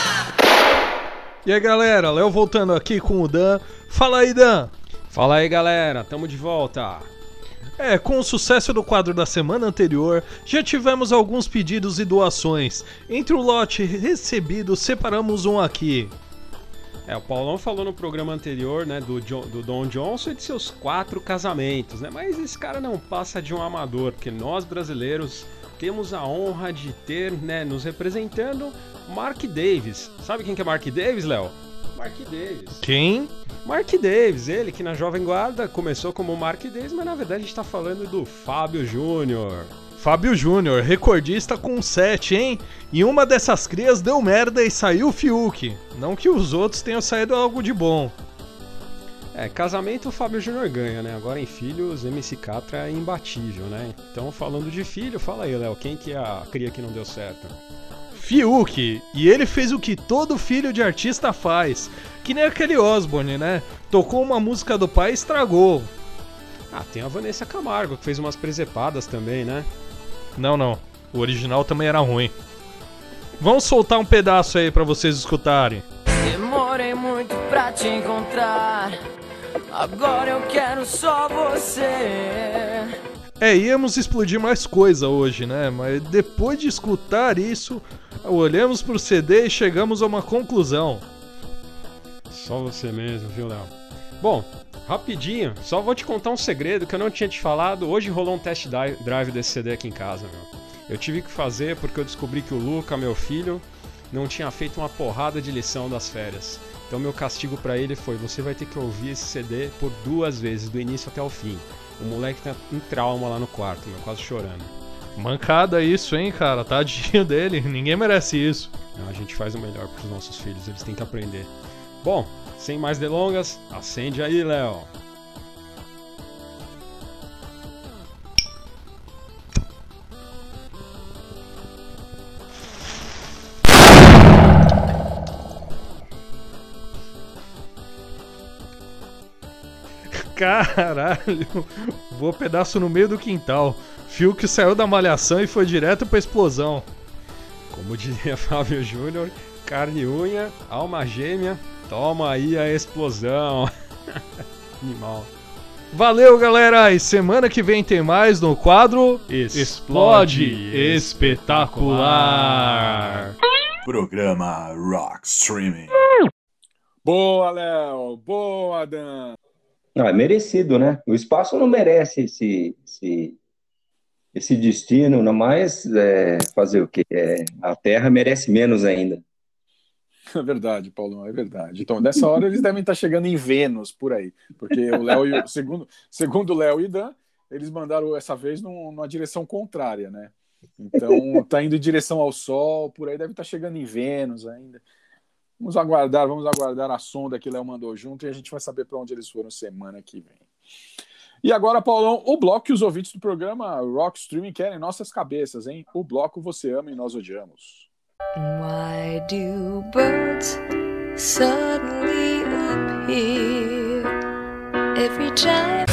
[SPEAKER 13] E aí galera, Léo voltando aqui com o Dan. Fala aí, Dan.
[SPEAKER 11] Fala aí, galera, tamo de volta.
[SPEAKER 13] Com o sucesso do quadro da semana anterior, já tivemos alguns pedidos e doações. Entre o lote recebido, separamos um aqui.
[SPEAKER 11] O Paulão falou no programa anterior, né, do Don Johnson e de seus 4 casamentos, né? Mas esse cara não passa de um amador, porque nós brasileiros temos a honra de ter, né, nos representando, Mark Davis. Sabe quem que é Mark Davis, Léo? Mark Davis.
[SPEAKER 13] Quem?
[SPEAKER 11] Mark Davis, ele que na Jovem Guarda começou como Mark Davis, mas na verdade a gente tá falando do Fábio Júnior.
[SPEAKER 13] Fábio Júnior, recordista com 7, hein? E uma dessas crias deu merda e saiu o Fiuk. Não que os outros tenham saído algo de bom.
[SPEAKER 11] Casamento o Fábio Júnior ganha, né? Agora em filhos, MC Catra é imbatível, né? Então falando de filho, fala aí, Léo, quem que é a cria que não deu certo?
[SPEAKER 13] Fiuk, e ele fez o que todo filho de artista faz. Que nem aquele Osborne, né? Tocou uma música do pai e estragou.
[SPEAKER 11] Tem a Vanessa Camargo, que fez umas presepadas também, né?
[SPEAKER 13] Não. O original também era ruim. Vamos soltar um pedaço aí pra vocês escutarem.
[SPEAKER 14] Demorei muito pra te encontrar. Agora eu quero só você.
[SPEAKER 13] Íamos explodir mais coisa hoje, né? Mas depois de escutar isso, olhamos pro CD e chegamos a uma conclusão.
[SPEAKER 11] Só você mesmo, viu, Léo? Bom, rapidinho, só vou te contar um segredo que eu não tinha te falado. Hoje rolou um test drive desse CD aqui em casa, meu. Eu tive que fazer porque eu descobri que o Luca, meu filho, não tinha feito uma porrada de lição das férias. Então meu castigo pra ele foi: você vai ter que ouvir esse CD por 2 vezes, do início até o fim. O moleque tá em trauma lá no quarto, meu, quase chorando.
[SPEAKER 13] Mancada isso, hein, cara? Tadinho dele, ninguém merece isso.
[SPEAKER 11] Não, a gente faz o melhor pros nossos filhos, eles têm que aprender. Bom, sem mais delongas, acende aí, Léo.
[SPEAKER 13] Caralho, voou pedaço no meio do quintal. Fiuk saiu da malhação e foi direto pra explosão.
[SPEAKER 11] Como diria Fábio Júnior, carne e unha, alma gêmea, toma aí a explosão. Animal.
[SPEAKER 13] Valeu, galera, e semana que vem tem mais no quadro Explode Espetacular.
[SPEAKER 3] Programa Rock Streaming.
[SPEAKER 1] Boa, Léo, boa, Dan.
[SPEAKER 2] Não, é merecido, né? O espaço não merece esse destino, não mais fazer o quê? A Terra merece menos ainda.
[SPEAKER 1] É verdade, Paulão, é verdade. Então, dessa hora eles devem estar chegando em Vênus, por aí. Porque o Léo, segundo o Léo e Dan, eles mandaram essa vez numa direção contrária, né? Então, tá indo em direção ao Sol, por aí deve estar chegando em Vênus ainda. Vamos aguardar a sonda que o Léo mandou junto e a gente vai saber para onde eles foram semana que vem. E agora, Paulão, o bloco que os ouvintes do programa Rock Streaming querem em nossas cabeças, hein? O bloco Você Ama e Nós Odiamos.
[SPEAKER 16] Why do birds suddenly appear every time?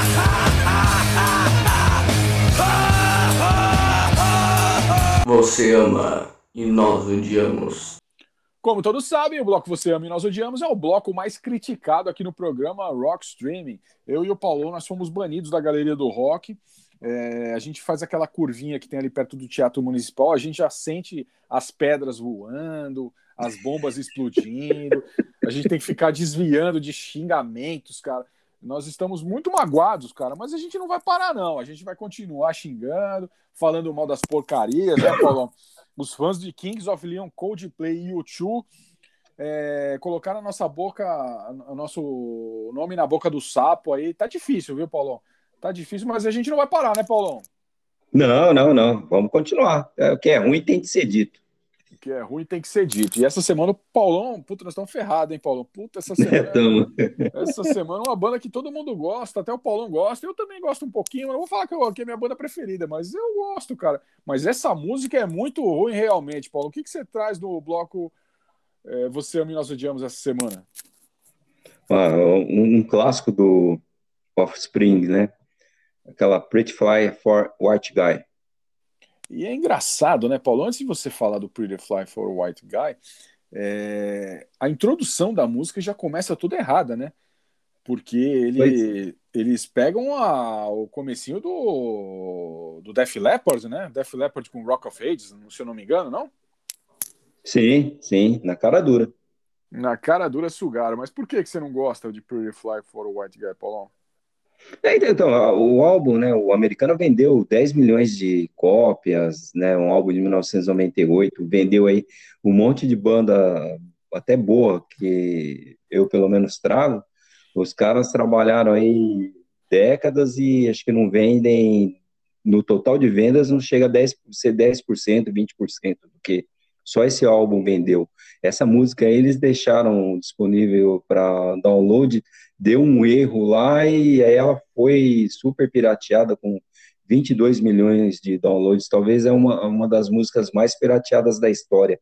[SPEAKER 15] Você ama e nós odiamos.
[SPEAKER 1] Como todos sabem, o bloco Você Ama e Nós Odiamos é o bloco mais criticado aqui no programa Rock Streaming. Eu e o Paulão, nós fomos banidos da galeria do rock A gente faz aquela curvinha que tem ali perto do Teatro Municipal, a gente já sente as pedras voando, as bombas explodindo, a gente tem que ficar desviando de xingamentos, cara. Nós estamos muito magoados, cara, mas a gente não vai parar, não. A gente vai continuar xingando, falando mal das porcarias, né, Paulão? Os fãs de Kings of Leon, Coldplay e U2 colocaram a nossa boca, o nosso nome na boca do sapo aí. Tá difícil, viu, Paulão? Tá difícil, mas a gente não vai parar, né, Paulão?
[SPEAKER 2] Não. Vamos continuar. O que é ruim tem que ser dito.
[SPEAKER 1] O que é ruim tem que ser dito. E essa semana o Paulão, puta, nós estamos ferrados, hein, Paulão? Puta, essa semana. Essa semana é uma banda que todo mundo gosta, até o Paulão gosta. Eu também gosto um pouquinho, não vou falar que é minha banda preferida, mas eu gosto, cara. Mas essa música é muito ruim, realmente, Paulo. O que você traz no bloco Você Ama e Nós Odiamos essa semana?
[SPEAKER 2] Um clássico do Offspring, né? Aquela Pretty Fly for White Guy.
[SPEAKER 1] E é engraçado, né, Paulo? Antes de você falar do Pretty Fly for White Guy, a introdução da música já começa toda errada, né? Porque eles pegam o comecinho do Def Leppard, né? Def Leppard com Rock of Ages, se eu não me engano, não?
[SPEAKER 2] Sim, na cara dura.
[SPEAKER 1] Na cara dura sugaram. Mas por que você não gosta de Pretty Fly for White Guy, Paulão?
[SPEAKER 2] Então, o álbum, né, o americano vendeu 10 milhões de cópias, né, um álbum de 1998, vendeu aí um monte de banda até boa, que eu pelo menos trago. Os caras trabalharam aí décadas e acho que não vendem, no total de vendas não chega a ser 10%, 20%, porque só esse álbum vendeu. Essa música aí eles deixaram disponível para download, deu um erro lá e aí ela foi super pirateada com 22 milhões de downloads. Talvez é uma das músicas mais pirateadas da história.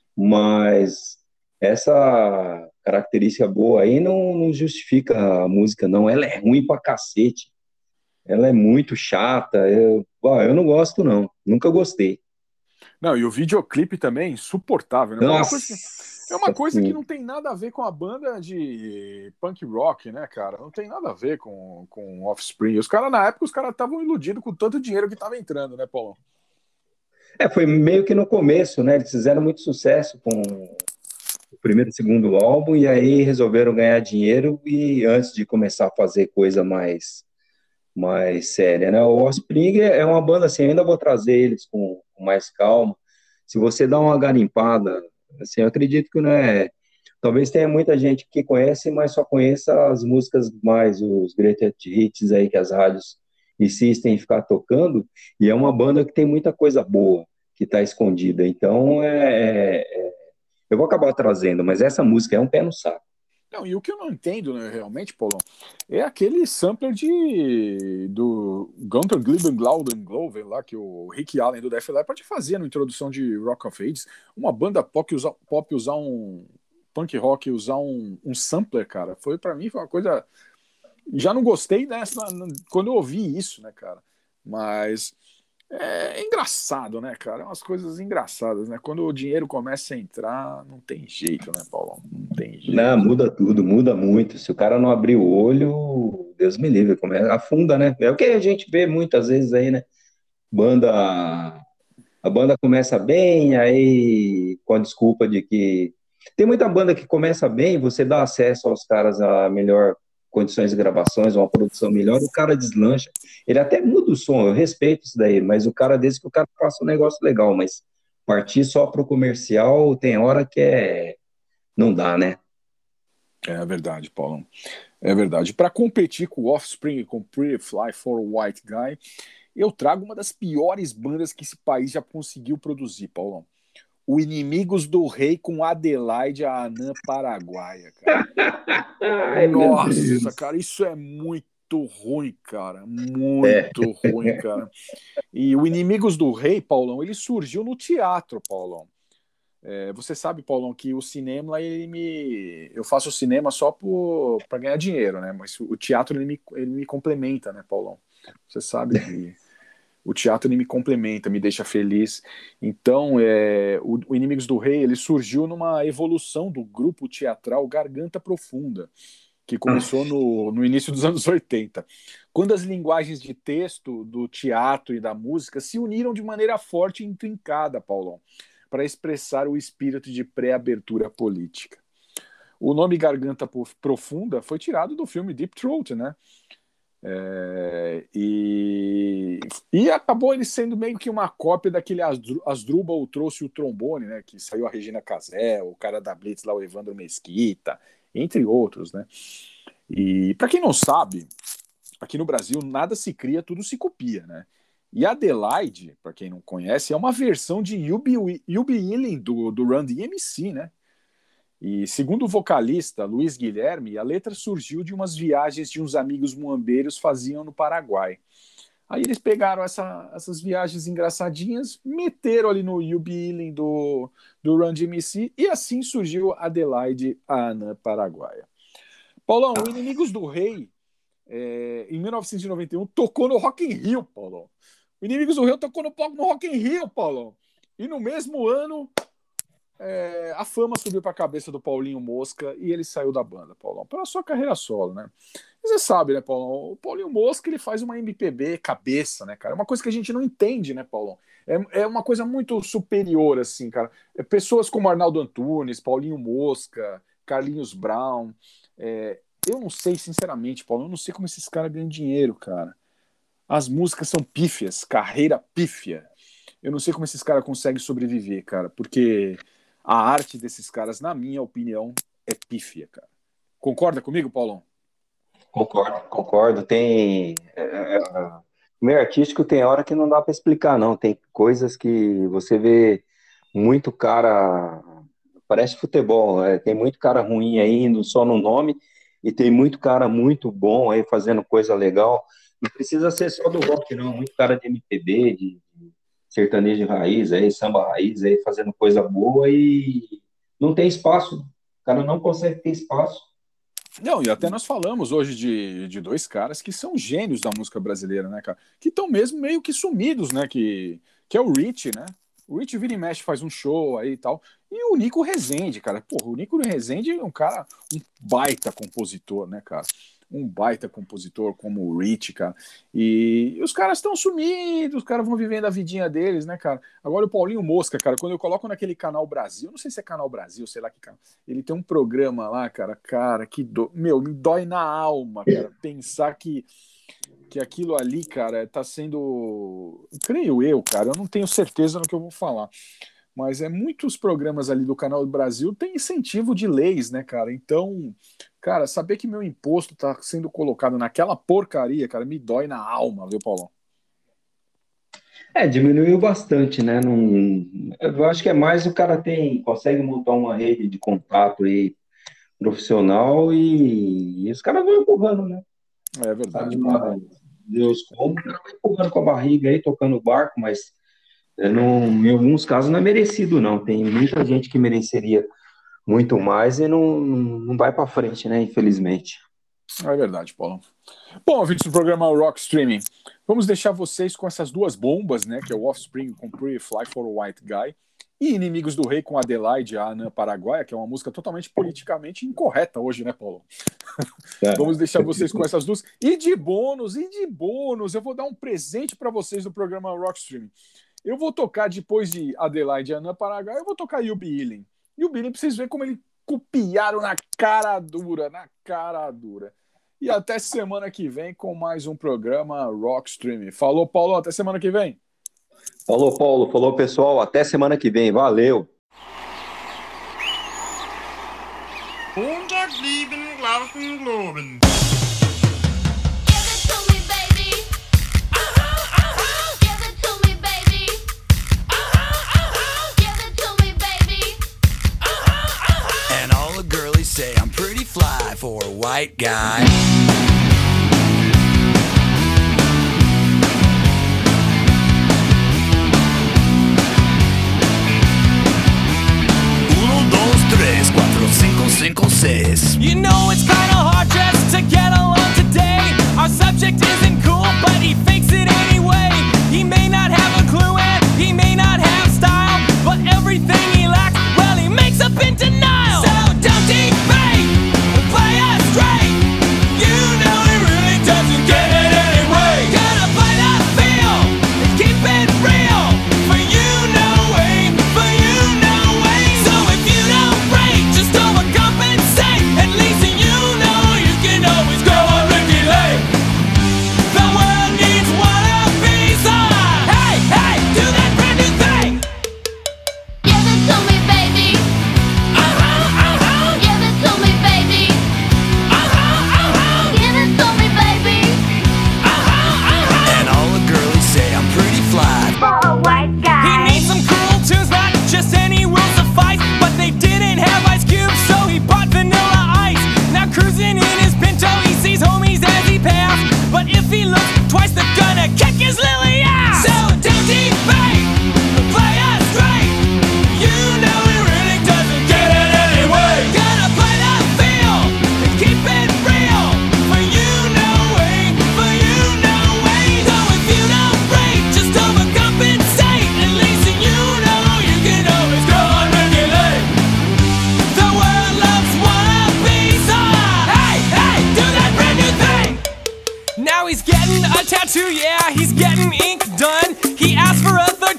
[SPEAKER 2] Mas essa característica boa aí não justifica a música, não. Ela é ruim pra cacete. Ela é muito chata. Eu não gosto, não. Nunca gostei.
[SPEAKER 1] Não, e o videoclipe também é insuportável, né?
[SPEAKER 2] Nossa,
[SPEAKER 1] é uma coisa que não tem nada a ver com a banda de punk rock, né, cara? Não tem nada a ver com Offspring. Os caras, na época, estavam iludidos com tanto dinheiro que estava entrando, né, Paulo?
[SPEAKER 2] Foi meio que no começo, né? Eles fizeram muito sucesso com o primeiro e segundo álbum e aí resolveram ganhar dinheiro e antes de começar a fazer coisa mais séria, né? O Offspring é uma banda assim, eu ainda vou trazer eles com mais calma. Se você dá uma garimpada, assim, eu acredito que não é. Talvez tenha muita gente que conhece, mas só conheça as músicas mais, os greatest hits aí que as rádios insistem em ficar tocando, e é uma banda que tem muita coisa boa que está escondida. Então, eu vou acabar trazendo, mas essa música é um pé no saco.
[SPEAKER 1] Não, e o que eu não entendo, né, realmente, Paulão, é aquele sampler do Gunther Glauben lá, que o Rick Allen do Def Leppard fazia na introdução de Rock of Ages. Uma banda pop usar um punk rock, usar um sampler, cara, pra mim foi uma coisa... Já não gostei dessa quando eu ouvi isso, né, cara? Mas é engraçado, né, cara? É umas coisas engraçadas, né? Quando o dinheiro começa a entrar, não tem jeito, né, Paulão? Não tem jeito.
[SPEAKER 2] Não, muda tudo, muda muito. Se o cara não abrir o olho, Deus me livre, afunda, né? É o que a gente vê muitas vezes aí, né? A banda começa bem, aí com a desculpa de que... Tem muita banda que começa bem, você dá acesso aos caras a melhor condições de gravações, uma produção melhor, o cara deslancha. Ele até muda o som, eu respeito isso daí, mas o cara desse que o cara faça um negócio legal, mas partir só pro comercial tem hora que não dá, né?
[SPEAKER 1] É verdade, Paulão. É verdade. Para competir com o Offspring e com Pretty Fly for White Guy, eu trago uma das piores bandas que esse país já conseguiu produzir, Paulão. O Inimigos do Rei com Adelaide, a Anã Paraguaia, cara. Nossa, cara, isso é muito ruim, cara. Muito ruim, cara. E o Inimigos do Rei, Paulão, ele surgiu no teatro, Paulão. Você sabe, Paulão, que o cinema, eu faço o cinema só para ganhar dinheiro, né? Mas o teatro, ele me complementa, né, Paulão? Você sabe que o teatro, ele me complementa, me deixa feliz. Então, o Inimigos do Rei, ele surgiu numa evolução do grupo teatral Garganta Profunda, que começou no início dos anos 80. quando as linguagens de texto do teatro e da música se uniram de maneira forte e intrincada, Paulão, para expressar o espírito de pré-abertura política. O nome Garganta Profunda foi tirado do filme Deep Throat, né? E acabou ele sendo meio que uma cópia daquele Asdrubal trouxe o trombone, né? Que saiu a Regina Casé, o cara da Blitz lá, o Evandro Mesquita, entre outros, né? E para quem não sabe, aqui no Brasil nada se cria, tudo se copia, né? E Adelaide, para quem não conhece, é uma versão de You Be Healing do Run DMC, né? E segundo o vocalista Luiz Guilherme, a letra surgiu de umas viagens de uns amigos muambeiros faziam no Paraguai. Aí eles pegaram essas viagens engraçadinhas, meteram ali no You Be Healing do Run DMC e assim surgiu Adelaide, a Anã Paraguaia. Paulão, o Inimigos do Rei, em 1991, tocou no Rock in Rio, Paulão. O Inimigos do Rei tocou no Rock in Rio, Paulão. E no mesmo ano... a fama subiu para a cabeça do Paulinho Mosca e ele saiu da banda, Paulão, pela sua carreira solo, né? E você sabe, né, Paulão? O Paulinho Mosca, ele faz uma MPB cabeça, né, cara? É uma coisa que a gente não entende, né, Paulão? É uma coisa muito superior, assim, cara. Pessoas como Arnaldo Antunes, Paulinho Mosca, Carlinhos Brown. Eu não sei, sinceramente, Paulo, eu não sei como esses caras ganham dinheiro, cara. As músicas são pífias, carreira pífia. Eu não sei como esses caras conseguem sobreviver, cara, porque a arte desses caras, na minha opinião, é pífia, cara. Concorda comigo, Paulão?
[SPEAKER 2] Concordo. Tem... O meio artístico tem hora que não dá para explicar, não. Tem coisas que você vê muito cara... Parece futebol, tem muito cara ruim aí, indo só no nome, e tem muito cara muito bom aí fazendo coisa legal. Não precisa ser só do rock, não. Muito cara de MPB, de sertanejo raiz, aí, samba raiz, aí, fazendo coisa boa e não tem espaço. O cara não consegue ter espaço.
[SPEAKER 1] Não, e até nós falamos hoje de dois caras que são gênios da música brasileira, né, cara? Que estão mesmo meio que sumidos, né? Que é o Rich, né? O Rich vira e mexe, faz um show aí e tal. E o Nico Rezende, cara. Porra, o Nico Rezende é um cara, um baita compositor, né, cara? Um baita compositor como o Rich, cara. E os caras estão sumidos, os caras vão vivendo a vidinha deles, né, cara? Agora o Paulinho Mosca, cara, quando eu coloco naquele Canal Brasil, não sei se é Canal Brasil, sei lá que canal, ele tem um programa lá, cara, que me dói na alma, cara, pensar que aquilo ali, cara, tá sendo, creio eu, cara, eu não tenho certeza no que eu vou falar, mas muitos programas ali do Canal do Brasil têm incentivo de leis, né, cara? Então, cara, saber que meu imposto tá sendo colocado naquela porcaria, cara, me dói na alma, viu, Paulão?
[SPEAKER 2] Diminuiu bastante, né? Eu acho que é mais o cara consegue montar uma rede de contato aí profissional e os caras vão empurrando, né?
[SPEAKER 1] É verdade.
[SPEAKER 2] Deus como, o cara vai empurrando com a barriga aí, tocando o barco, mas em alguns casos não é merecido, não. Tem muita gente que mereceria muito mais e não vai para frente, né? Infelizmente.
[SPEAKER 1] É verdade, Paulo. Bom, ouvintes do programa Rock Streaming, vamos deixar vocês com essas duas bombas, né? Que é o Offspring com Pretty Fly for a White Guy e Inimigos do Rei com Adelaide, a Anã Paraguaia, que é uma música totalmente politicamente incorreta hoje, né, Paulo? Vamos deixar vocês com essas duas. E de bônus, eu vou dar um presente para vocês do programa Rock Streaming. Eu vou tocar, depois de Adelaide e Anã Paraguaia, eu vou tocar You Be Healing. E o Billy, pra vocês verem como ele copiaram na cara dura. E até semana que vem com mais um programa Rock Streaming. Falou, Paulo, até semana que vem.
[SPEAKER 2] Falou, Paulo. Falou, pessoal. Até semana que vem. Valeu.
[SPEAKER 6] Say I'm pretty fly for a white guy. Uno, dos, tres, cuatro, cinco, cinco, seis. You know it's kinda hard just to get along today. Our subject isn't cool, but he fakes it anyway. He may not have a clue and he may not have style, but everything he lacks, well, he makes up in denial. So don't debate, play us straight. You know he really doesn't get it anymore.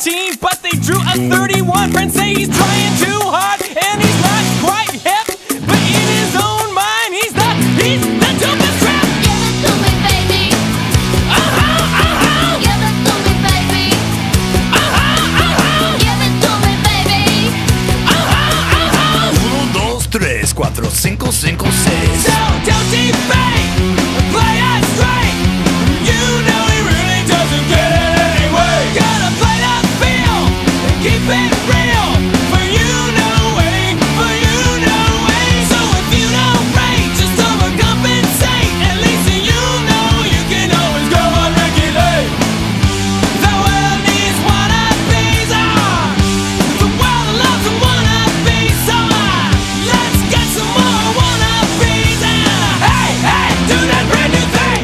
[SPEAKER 12] 17, but they drew a 31. Friends say he's trying too hard, and he's not quite hip. But in his own mind, he's the dopest rap.
[SPEAKER 17] Give it to me, baby. Give it to me, baby. Give it to me, baby.
[SPEAKER 8] 1, 2, 3, 4, 5, 5, 6.
[SPEAKER 12] So don't defame, play us straight. You know he really doesn't get it anyway. Gotta play the field and keep it real. For you no way, for you no way. So if you don't rate, just overcompensate. At least you know you can always go on regulate. The world needs wannabes. The world loves a wannabe. So let's get some more wannabes. Hey, hey, do that brand new thing.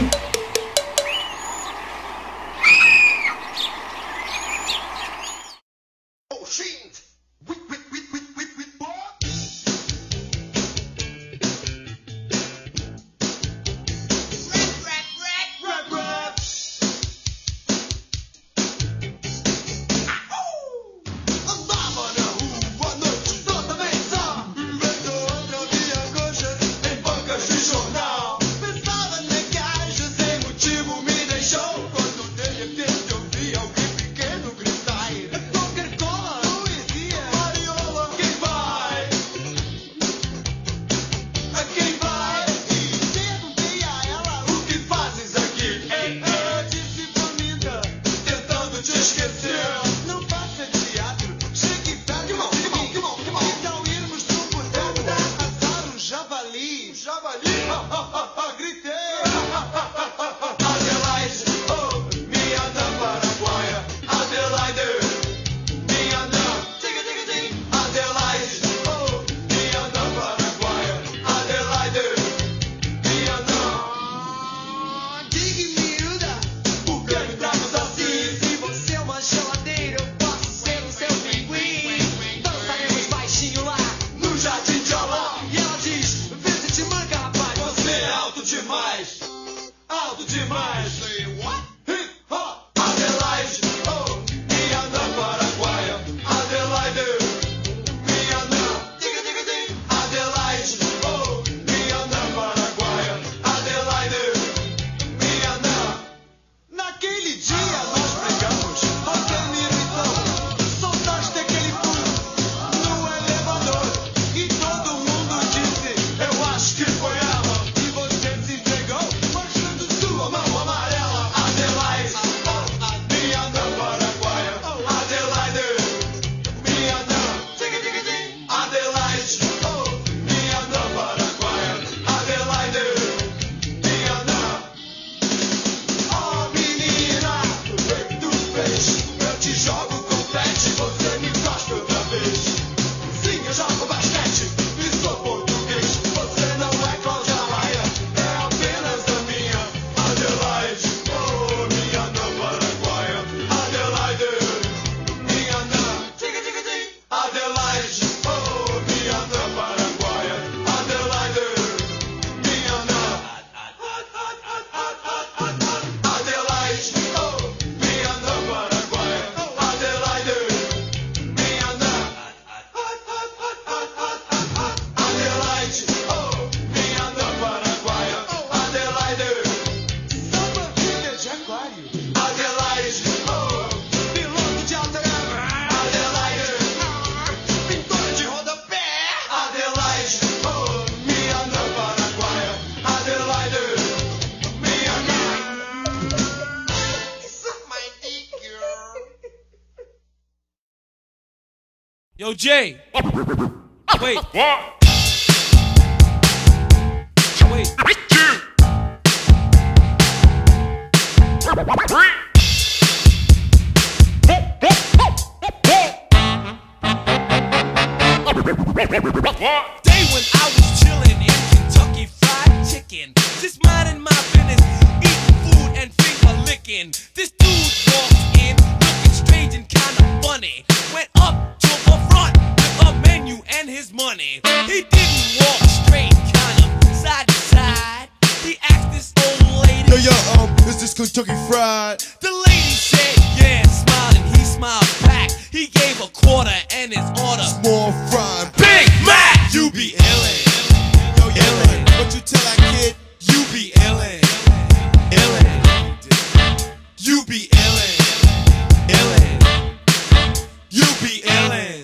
[SPEAKER 18] Yo, Jay. Wait. Wait. Day when I was chilling in Kentucky Fried Chicken, just minding my business, eating food and finger licking. This dude walked in, looking strange and kinda funny. Went up to the front with a menu and his money. He didn't walk straight, kind of side to side. He asked this old lady,
[SPEAKER 19] Yo, is this Kentucky Fried?
[SPEAKER 18] The lady said, yeah, smiling. He smiled back. He gave a quarter and his order.
[SPEAKER 8] Small fry.
[SPEAKER 18] Big Mac! You be illin'.
[SPEAKER 8] Yo, illin'. What you tell that kid?
[SPEAKER 18] You be illin'. Illin'. You be illin'. Illin'. You be illin'.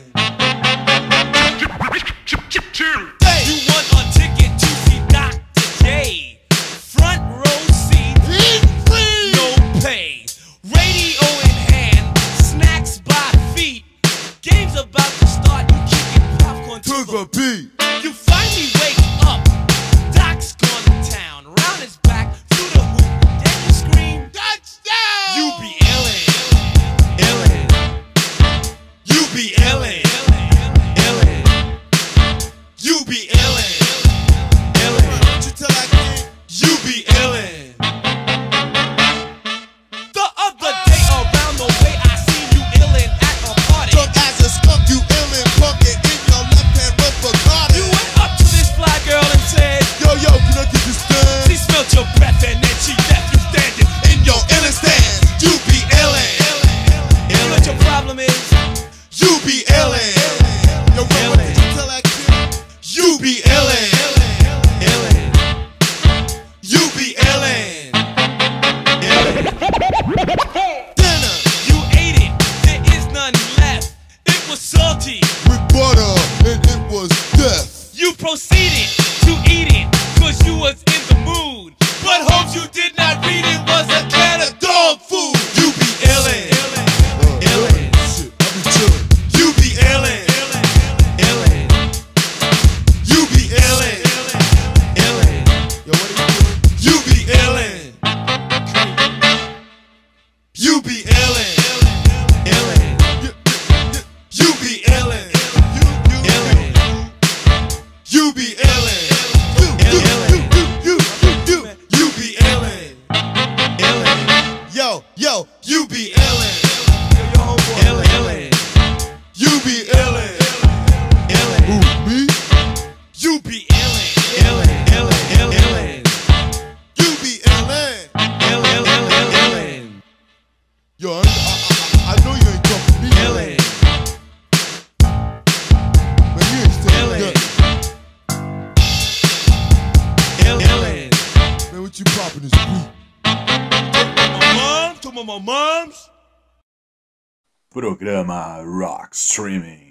[SPEAKER 18] You want a ticket to see Dr. J. Front row seat.
[SPEAKER 8] Free.
[SPEAKER 18] No pay. Radio in hand. Snacks by feet. Game's about to start. You kicking popcorn
[SPEAKER 8] To the beat.
[SPEAKER 18] You finally wake up. Doc's gone to town. Round his back. Through the hoop. Then you scream.
[SPEAKER 8] Touchdown.
[SPEAKER 18] You be illin'. Illin'. You be illin'. Illin'. You be illin'. Illin'.
[SPEAKER 8] What you tell that kid?
[SPEAKER 18] You be illin'. The other day around the way I seen you illin' at a party.
[SPEAKER 8] Drunk as a skunk, you illin', punkin' in your left hand with Bacardi.
[SPEAKER 18] You went up to this fly girl and said,
[SPEAKER 8] Yo, can I get this stand?
[SPEAKER 18] she smelt your breath and then she left you standing in your illin' stance. You be illin'. You know what your problem is? You be illin'.
[SPEAKER 8] Yo, what did you tell that kid?
[SPEAKER 18] You be illin'. Illin'. You be illin'.
[SPEAKER 8] Dinner
[SPEAKER 18] You ate it. There is none left. It was salty.
[SPEAKER 8] with butter and it was death.
[SPEAKER 18] You proceeded to eat it, cause you was in the mood. But hopes you did not read it was a can of dog food. You be illin'. Illin'.
[SPEAKER 8] Shit, I be chillin'.
[SPEAKER 18] You be illin'. Illin'. You be illin'. Illin'.
[SPEAKER 8] Yo, what are you doing?
[SPEAKER 18] You be illin'. You be illin'. Illin'. You be illin'. Illin'. You be illin'. You be illin'. Illin'.
[SPEAKER 8] Yo,
[SPEAKER 18] You be illin'. Illin'. You be illin'.
[SPEAKER 8] who,
[SPEAKER 18] Illin'.
[SPEAKER 8] me?
[SPEAKER 18] You be illin'. Illin'.
[SPEAKER 8] You be illin'.
[SPEAKER 18] Illin'.
[SPEAKER 8] Yo, I know you ain't talking to me.
[SPEAKER 18] Illin'.
[SPEAKER 8] But you ain't saying nothing. Man, what you poppin' this week?
[SPEAKER 18] To my moms.
[SPEAKER 3] Programa Rock Streaming.